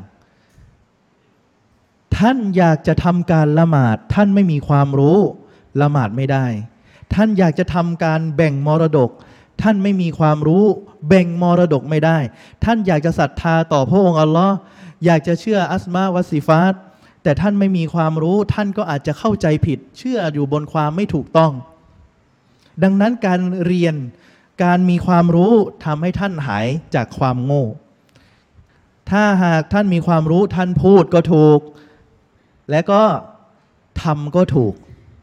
ท่านอยากจะทำการละหมาดท่านไม่มีความรู้ละหมาดไม่ได้ท่านอยากจะทำการแบ่งมรดกท่านไม่มีความรู้แบ่งมรดกไม่ได้ท่านอยากจะศรัทธาต่อพระองค์อัลลอฮ์อยากจะเชื่ออัสมาวัสซิฟาตแต่ท่านไม่มีความรู้ท่านก็อาจจะเข้าใจผิดเชื่ออยู่บนความไม่ถูกต้องดังนั้นการเรียนการมีความรู้ทำให้ท่านหายจากความโง่ถ้าหากท่านมีความรู้ท่านพูดก็ถูกและก็ทำก็ถูก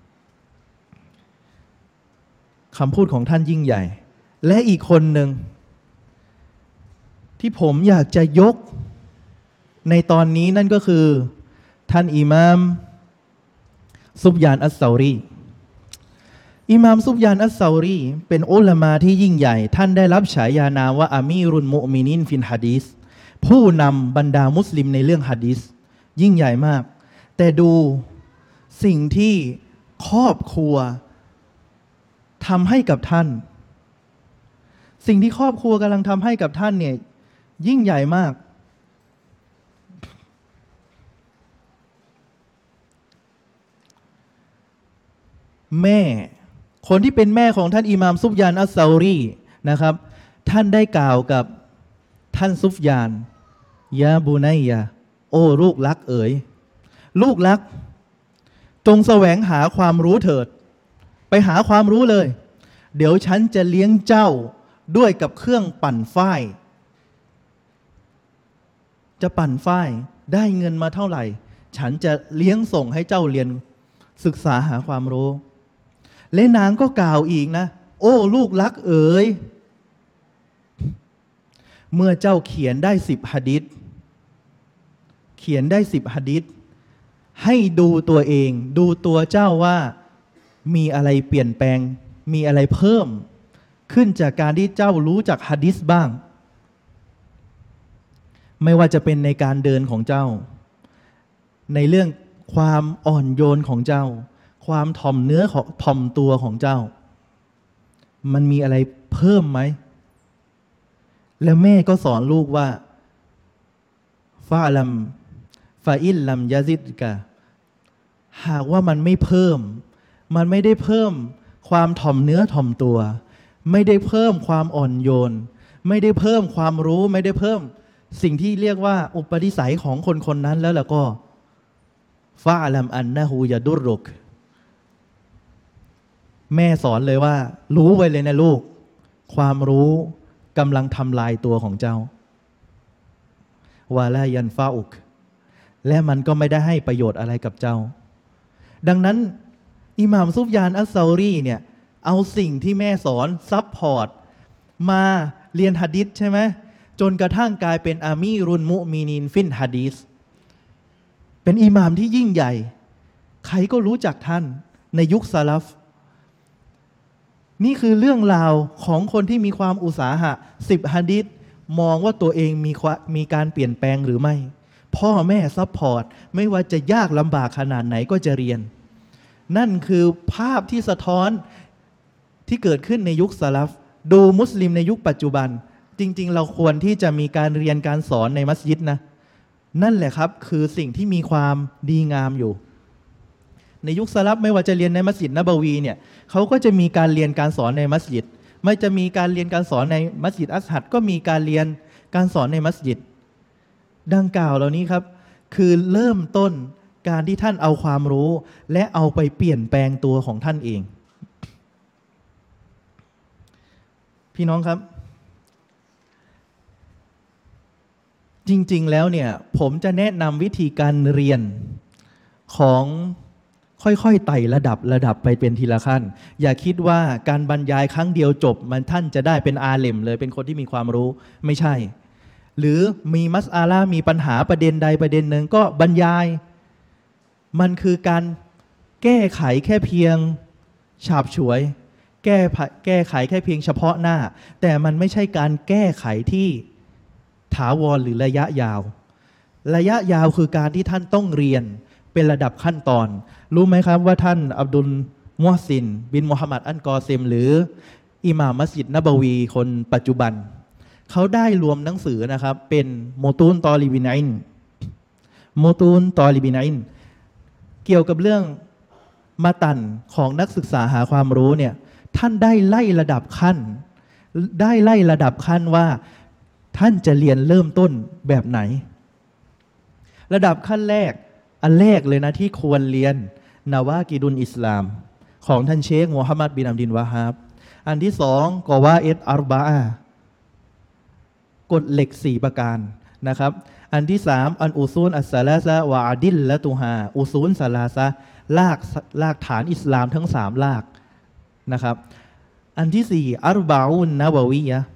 คำพูดของท่านยิ่งใหญ่และอีกคนหนึ่งที่ผมอยากจะยกในตอนนี้นั่นก็คือท่านอิหม่ามซุบยานอัสซอรีอิหม่ามซุบยานอัสซอรีเป็นอุลามะที่ยิ่งใหญ่ท่านได้รับฉายานามว่าอามีรุลมุมินีนฟินฮะดีษผู้นำบรรดามุสลิมในเรื่องหะดีษยิ่งใหญ่มากแต่ดูสิ่งที่ครอบครัวทำให้กับท่านสิ่งที่ครอบครัวกำลังทำให้กับท่านเนี่ยยิ่งใหญ่มากแม่คนที่เป็นแม่ของท่านอิหม่ามซุฟยานอัสซอรีนะครับท่านได้กล่าวกับท่านซุฟยานยาบูนัยยะโอ้ลูกรักเอ๋ยลูกรักจงแสวงหาความรู้เถิดไปหาความรู้เลยเดี๋ยวฉันจะเลี้ยงเจ้าด้วยกับเครื่องปั่นฝ้ายจะปั่นฝ้ายได้เงินมาเท่าไหร่ฉันจะเลี้ยงส่งให้เจ้าเรียนศึกษาหาความรู้และนางก็กล่าวอีกนะโอ้ลูกรักเอ๋ยเมื่อเจ้าเขียนได้10 หะดีษเขียนได้10 หะดีษให้ดูตัวเองดูตัวเจ้าว่ามีอะไรเปลี่ยนแปลงมีอะไรเพิ่มขึ้นจากการที่เจ้ารู้จักหะดีษบ้างไม่ว่าจะเป็นในการเดินของเจ้าในเรื่องความอ่อนโยนของเจ้าความถ่อมเนื้อของถ่อมตัวของเจ้ามันมีอะไรเพิ่มไหมแล้วแม่ก็สอนลูกว่าฟาลัมฟาอิลลัมยาซิดกะหากว่ามันไม่เพิ่มมันไม่ได้เพิ่มความถ่อมเนื้อถ่อมตัวไม่ได้เพิ่มความอ่อนโยนไม่ได้เพิ่มความรู้ไม่ได้เพิ่มสิ่งที่เรียกว่าอุปนิสัยของคนคนนั้นแล้วก็ฟาลัมอันนะฮูยาดุรุกแม่สอนเลยว่ารู้ไว้เลยนะลูกความรู้กำลังทำลายตัวของเจ้าวาลายันฟาอุกและมันก็ไม่ได้ให้ประโยชน์อะไรกับเจ้าดังนั้นอิหม่ามซุฟยานอัสซอรีเนี่ยเอาสิ่งที่แม่สอนซัพพอร์ตมาเรียนหะดีษใช่ไหมจนกระทั่งกลายเป็นอามีรุลมุมินีนฟินหะดีษเป็นอิหม่ามที่ยิ่งใหญ่ใครก็รู้จักท่านในยุคซะลัฟนี่คือเรื่องราวของคนที่มีความอุตสาหะ10 หะดีษมองว่าตัวเองมีการเปลี่ยนแปลงหรือไม่พ่อแม่ซัพพอร์ตไม่ว่าจะยากลำบากขนาดไหนก็จะเรียนนั่นคือภาพที่สะท้อนที่เกิดขึ้นในยุคซะลัฟดูมุสลิมในยุคปัจจุบันจริงๆเราควรที่จะมีการเรียนการสอนในมัสยิดนะนั่นแหละครับคือสิ่งที่มีความดีงามอยู่ในยุคซะลัฟไม่ว่าจะเรียนในมัสยิดนบวีเนี่ยเขาก็จะมีการเรียนการสอนในมัสยิดไม่จะมีการเรียนการสอนในมัสยิดอัสฮัดก็มีการเรียนการสอนในมัสยิดดังกล่าวเหล่านี้ครับคือเริ่มต้นการที่ท่านเอาความรู้และเอาไปเปลี่ยนแปลงตัวของท่านเองพี่น้องครับจริงๆแล้วเนี่ยผมจะแนะนำวิธีการเรียนของค่อยๆไต่ระดับไปเป็นทีละขั้นอย่าคิดว่าการบรรยายครั้งเดียวจบมันท่านจะได้เป็นอาเลมเลยเป็นคนที่มีความรู้ไม่ใช่หรือมีมัสอาลามีปัญหาประเด็นใดประเด็นหนึ่งก็บรรยายมันคือการแก้ไขแค่เพียงฉาบฉวยแก้ไขแค่เพียงเฉพาะหน้าแต่มันไม่ใช่การแก้ไขที่ถาวรหรือระยะยาวระยะยาวคือการที่ท่านต้องเรียนเป็นระดับขั้นตอนรู้ไหมครับว่าท่านอับดุลมุฮซินบินมุฮัมมัดอันกอซิมหรืออิหม่ามมัสยิดนบวีคนปัจจุบันเขาได้รวมหนังสือนะครับเป็นโมตูนตอลิบินัยน์โมตูนตอลิบินัยน์เกี่ยวกับเรื่องมาตันของนักศึกษาหาความรู้เนี่ยท่านได้ไล่ระดับขั้นว่าท่านจะเรียนเริ่มต้นแบบไหนระดับขั้นแรกอันแรกเลยนะที่ควรเรียนนาวากิดุลอิสลามของท่านเชคมูฮัมหมัดบินอับดินวะฮาบอันที่สองกอวาเอตอัรบะอะกฎเหล็ก4ประการนะครับอันที่สามอันอุซูลอัสซาลาซะวะอาดิลละตุฮาอุซูลซาลาซะลากฐานอิสลามทั้ง3ลากนะครับอันที่สี่อัรบะอุนนะบะวียะ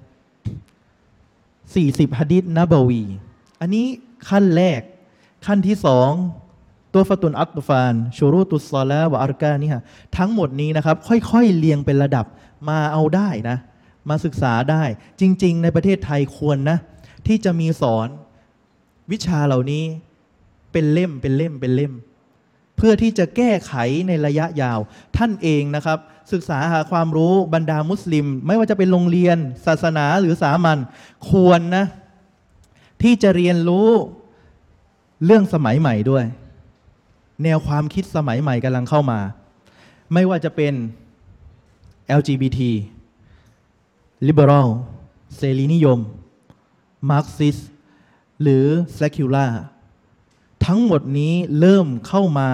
40หะดีษนะบะวีอันนี้ขั้นแรกขั้นที่สองตัวฟะตุนอัตฟานชูรูตุสซอลาวะอัรกานี่ฮะทั้งหมดนี้นะครับค่อยๆเรียงเป็นระดับมาเอาได้นะมาศึกษาได้จริงๆในประเทศไทยควรนะที่จะมีสอนวิชาเหล่านี้เป็นเล่มเพื่อที่จะแก้ไขในระยะยาวท่านเองนะครับศึกษาหาความรู้บรรดามุสลิมไม่ว่าจะเป็นโรงเรียนศาสนาหรือสามัญควรนะที่จะเรียนรู้เรื่องสมัยใหม่ด้วยแนวความคิดสมัยใหม่กำลังเข้ามาไม่ว่าจะเป็น LGBT liberal เสรีนิยม Marxist หรือ secular ทั้งหมดนี้เริ่มเข้ามา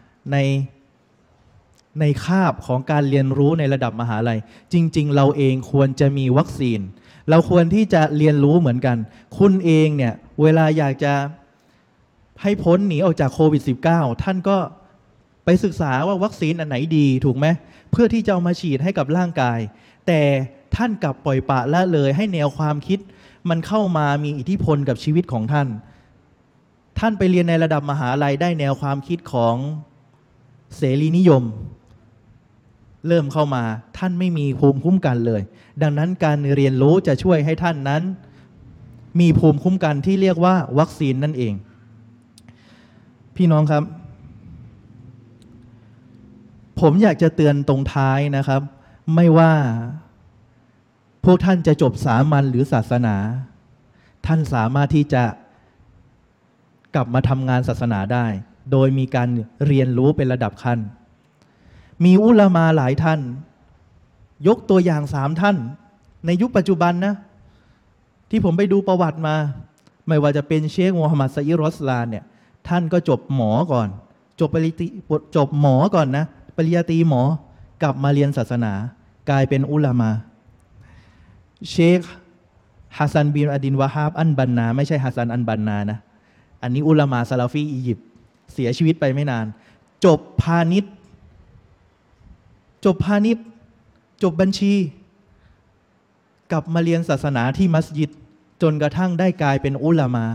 ในคาบของการเรียนรู้ในระดับมหาลัยจริงๆเราเองควรจะมีวัคซีนเราควรที่จะเรียนรู้เหมือนกันคุณเองเนี่ยเวลาอยากจะให้พ้นหนีออกจากโควิด -19 ท่านก็ไปศึกษาว่าวัคซีนอันไหนดีถูกไหมเพื่อที่จะเอามาฉีดให้กับร่างกายแต่ท่านกลับปล่อยปละละเลยให้แนวความคิดมันเข้ามามีอิทธิพลกับชีวิตของท่านไปเรียนในระดับมหาลัยได้แนวความคิดของเสรีนิยมเริ่มเข้ามาท่านไม่มีภูมิคุ้มกันเลยดังนั้นการเรียนรู้จะช่วยให้ท่านนั้นมีภูมิคุ้มกันที่เรียกว่าวัคซีนนั่นเองพี่น้องครับผมอยากจะเตือนตรงท้ายนะครับไม่ว่าพวกท่านจะจบสามัญหรือศาสนาท่านสามารถที่จะกลับมาทำงานศาสนาได้โดยมีการเรียนรู้เป็นระดับขั้นมีอุลามาหลายท่านยกตัวอย่าง3ท่านในยุคปัจจุบันนะที่ผมไปดูประวัติมาไม่ว่าจะเป็นเชคมูฮัมหมัด ซะอีรอสลานเนี่ยท่านก็จบหมอก่อนจบหมอก่อนนะปริญญาตรีหมอกลับมาเรียนศาสนากลายเป็นอุลามาเชคฮัสซันบินอดินวะฮาบอันบันนาไม่ใช่ฮัสซันอันบันนานะอันนี้อุลามาซาลาฟีอียิปต์เสียชีวิตไปไม่นานจบพาณิชย์จบบัญชีกลับมาเรียนศาสนาที่มัสยิดจนกระทั่งได้กลายเป็นอุลามา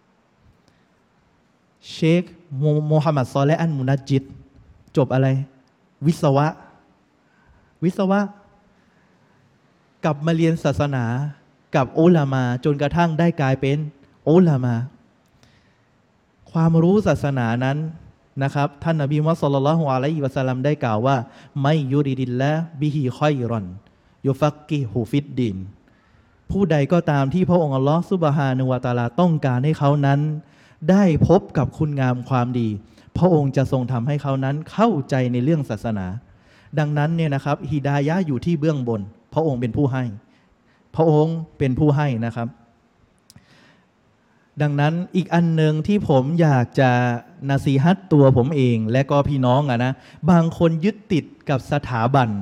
เชคโมฮัมหมัดซอเลห์อันมุนัจจิดจบอะไรวิศวะกลับมาเรียนศาสนากับอุลามาจนกระทั่งได้กลายเป็นอุลามาความรู้ศาสนานั้นนะครับท่านนบีมุฮัมมัดศ็อลลัลลอฮุอะลัยฮิวะซัลลัมได้กล่าวว่าไมยุริดิลละบิฮิค็อยรอนยุฟักกิฮุฟิดดินผู้ใดก็ตามที่พระองค์อัลลอฮฺซุบฮานะฮูวะตะอาลาต้องการให้เขานั้นได้พบกับคุณงามความดีพระองค์จะทรงทำให้เขานั้นเข้าใจในเรื่องศาสนาดังนั้นเนี่ยนะครับฮิดายะห์อยู่ที่เบื้องบนพระองค์เป็นผู้ให้นะครับดังนั้นอีกอันหนึ่งที่ผมอยากจะนาซีฮัตตัวผมเองและก็พี่น้องนะบางคนยึดติดกับสถาบัน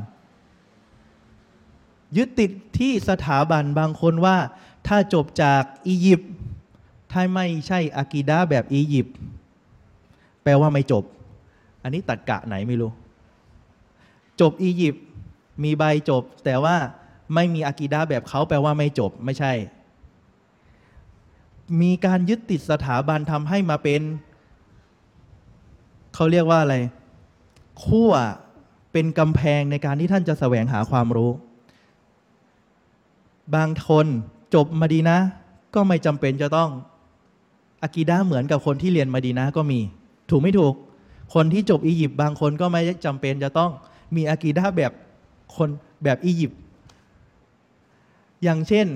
ยึดติดที่สถาบันบางคนว่าถ้าจบจากอียิปต์ถ้าไม่ใช่อากีดะห์แบบอียิปต์แปลว่าไม่จบอันนี้ตรรกะไหนไม่รู้จบอียิปต์มีใบจบแต่ว่าไม่มีอากีดะห์แบบเขาแปลว่าไม่จบไม่ใช่มีการยึดติดสถาบันทำให้มาเป็นเขาเรียกว่าอะไรขั้วเป็นกำแพงในการที่ท่านจะแสวงหาความรู้บางคนจบมะดีนะห์ก็ไม่จำเป็นจะต้องอากีดะห์เหมือนกับคนที่เรียนมะดีนะห์ก็มีถูกไม่ถูกคนที่จบอียิปต์บางคนก็ไม่จำเป็นจะต้องมีอากีดะห์แบบคนแบบอียิปต์อย่างเช่น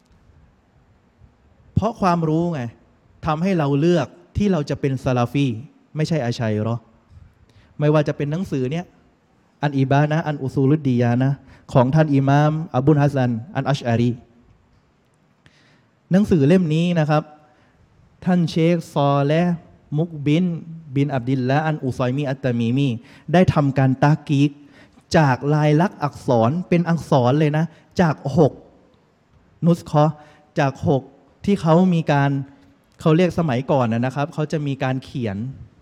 เพราะความรู้ไงทำให้เราเลือกที่เราจะเป็นซาลาฟีไม่ใช่อาชัยรอไม่ว่าจะเป็นหนังสือเนี้ยอันอิบานะอันอุซูลุดดียานะของท่านอิหม่ามอบุลฮัสซันอันอัชอารีหนังสือเล่มนี้นะครับท่านเชคซอและมุกบินอับดิลละอันอุซอยมีอัตตามีมีได้ทำการตากีกจากลายลักษณ์อักษรเป็นอักษรเลยนะจาก6นุสคอจาก6ที่เขามีการเขาเรียกสมัยก่อนนะครับเขาจะมีการเขียน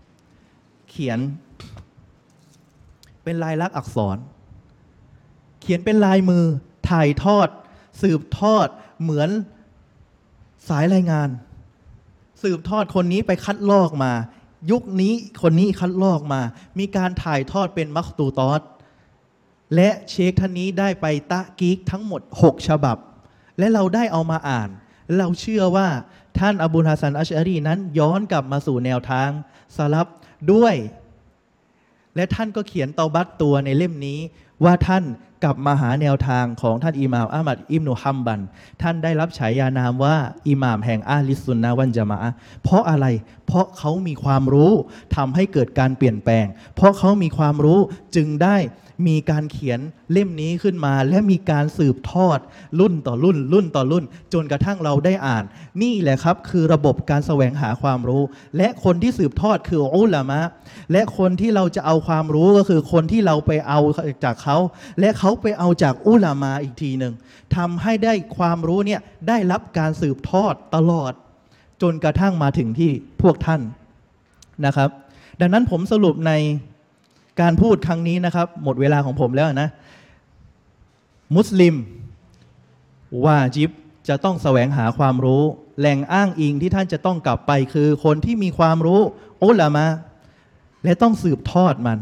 เป็นลายลักษณ์อักษรเขียนเป็นลายมือถ่ายทอดสืบทอดเหมือนสายรายงานสืบทอดคนนี้ไปคัดลอกมายุคนี้คนนี้คัดลอกมามีการถ่ายทอดเป็นมักตูตอสและเชคท่านนี้ได้ไปตะกีกทั้งหมด6ฉบับและเราได้เอามาอ่านเราเชื่อว่าท่านอบูลฮัสซันอัชอารีนั้นย้อนกลับมาสู่แนวทางซะลัฟด้วยและท่านก็เขียนเตาบัตตัวในเล่มนี้ว่าท่านกลับมาหาแนวทางของท่านอิหม่ามอะห์มัดอิบนุฮัมบัลท่านได้รับฉายานามว่าอิหม่ามแห่งอะห์ลิสซุนนะฮ์วัลญะมาอะห์เพราะอะไรเพราะเขามีความรู้ทำให้เกิดการเปลี่ยนแปลงเพราะเขามีความรู้จึงได้มีการเขียนเล่มนี้ขึ้นมาและมีการสืบทอดรุ่นต่อรุ่นต่อรุ่นจนกระทั่งเราได้อ่านนี่แหละครับคือระบบการแสวงหาความรู้และคนที่สืบทอดคืออุลามะและคนที่เราจะเอาความรู้ก็คือคนที่เราไปเอาจากเขาและเขาไปเอาจากอุลามะอีกทีหนึ่งทำให้ได้ความรู้เนี่ยได้รับการสืบทอดตลอดจนกระทั่งมาถึงที่พวกท่านนะครับดังนั้นผมสรุปในการพูดครั้งนี้นะครับหมดเวลาของผมแล้วนะมุสลิมวาญิบจะต้องแสวงหาความรู้แหล่งอ้างอิงที่ท่านจะต้องกลับไปคือคนที่มีความรู้อุลามะและต้องสืบทอดมัน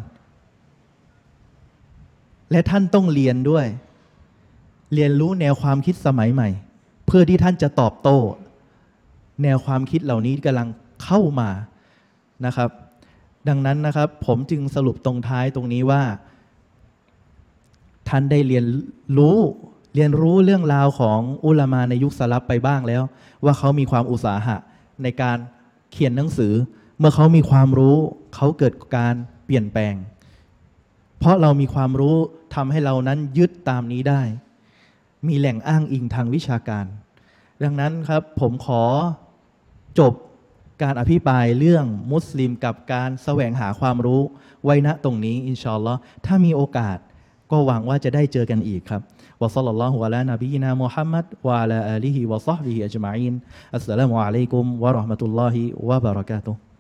และท่านต้องเรียนด้วยเรียนรู้แนวความคิดสมัยใหม่เพื่อที่ท่านจะตอบโต้แนวความคิดเหล่านี้กำลังเข้ามานะครับดังนั้นนะครับผมจึงสรุปตรงท้ายตรงนี้ว่าท่านได้เรียนรู้เรื่องราวของอุลามะในยุคสลับไปบ้างแล้วว่าเขามีความอุตสาหะในการเขียนหนังสือเมื่อเขามีความรู้เขาเกิดการเปลี่ยนแปลงเพราะเรามีความรู้ทำให้เรานั้นยึดตามนี้ได้มีแหล่งอ้างอิงทางวิชาการดังนั้นครับผมขอจบการอภิปรายเรื่องมุสลิมกับการแสวงหาความรู้ไว้ณตรงนี้อินชาอัลลอฮ์ถ้ามีโอกาสก็หวังว่าจะได้เจอกันอีกครับวะศ็อลลัลลอฮุอะลานบีนามุฮัมมัดวะอะลาอาลีฮิวะศอฮบิฮิอัจมะอีนอัสสลามุอะลัยกุมวะเราะห์มะตุลลอฮิวะบะเราะกาตุฮ์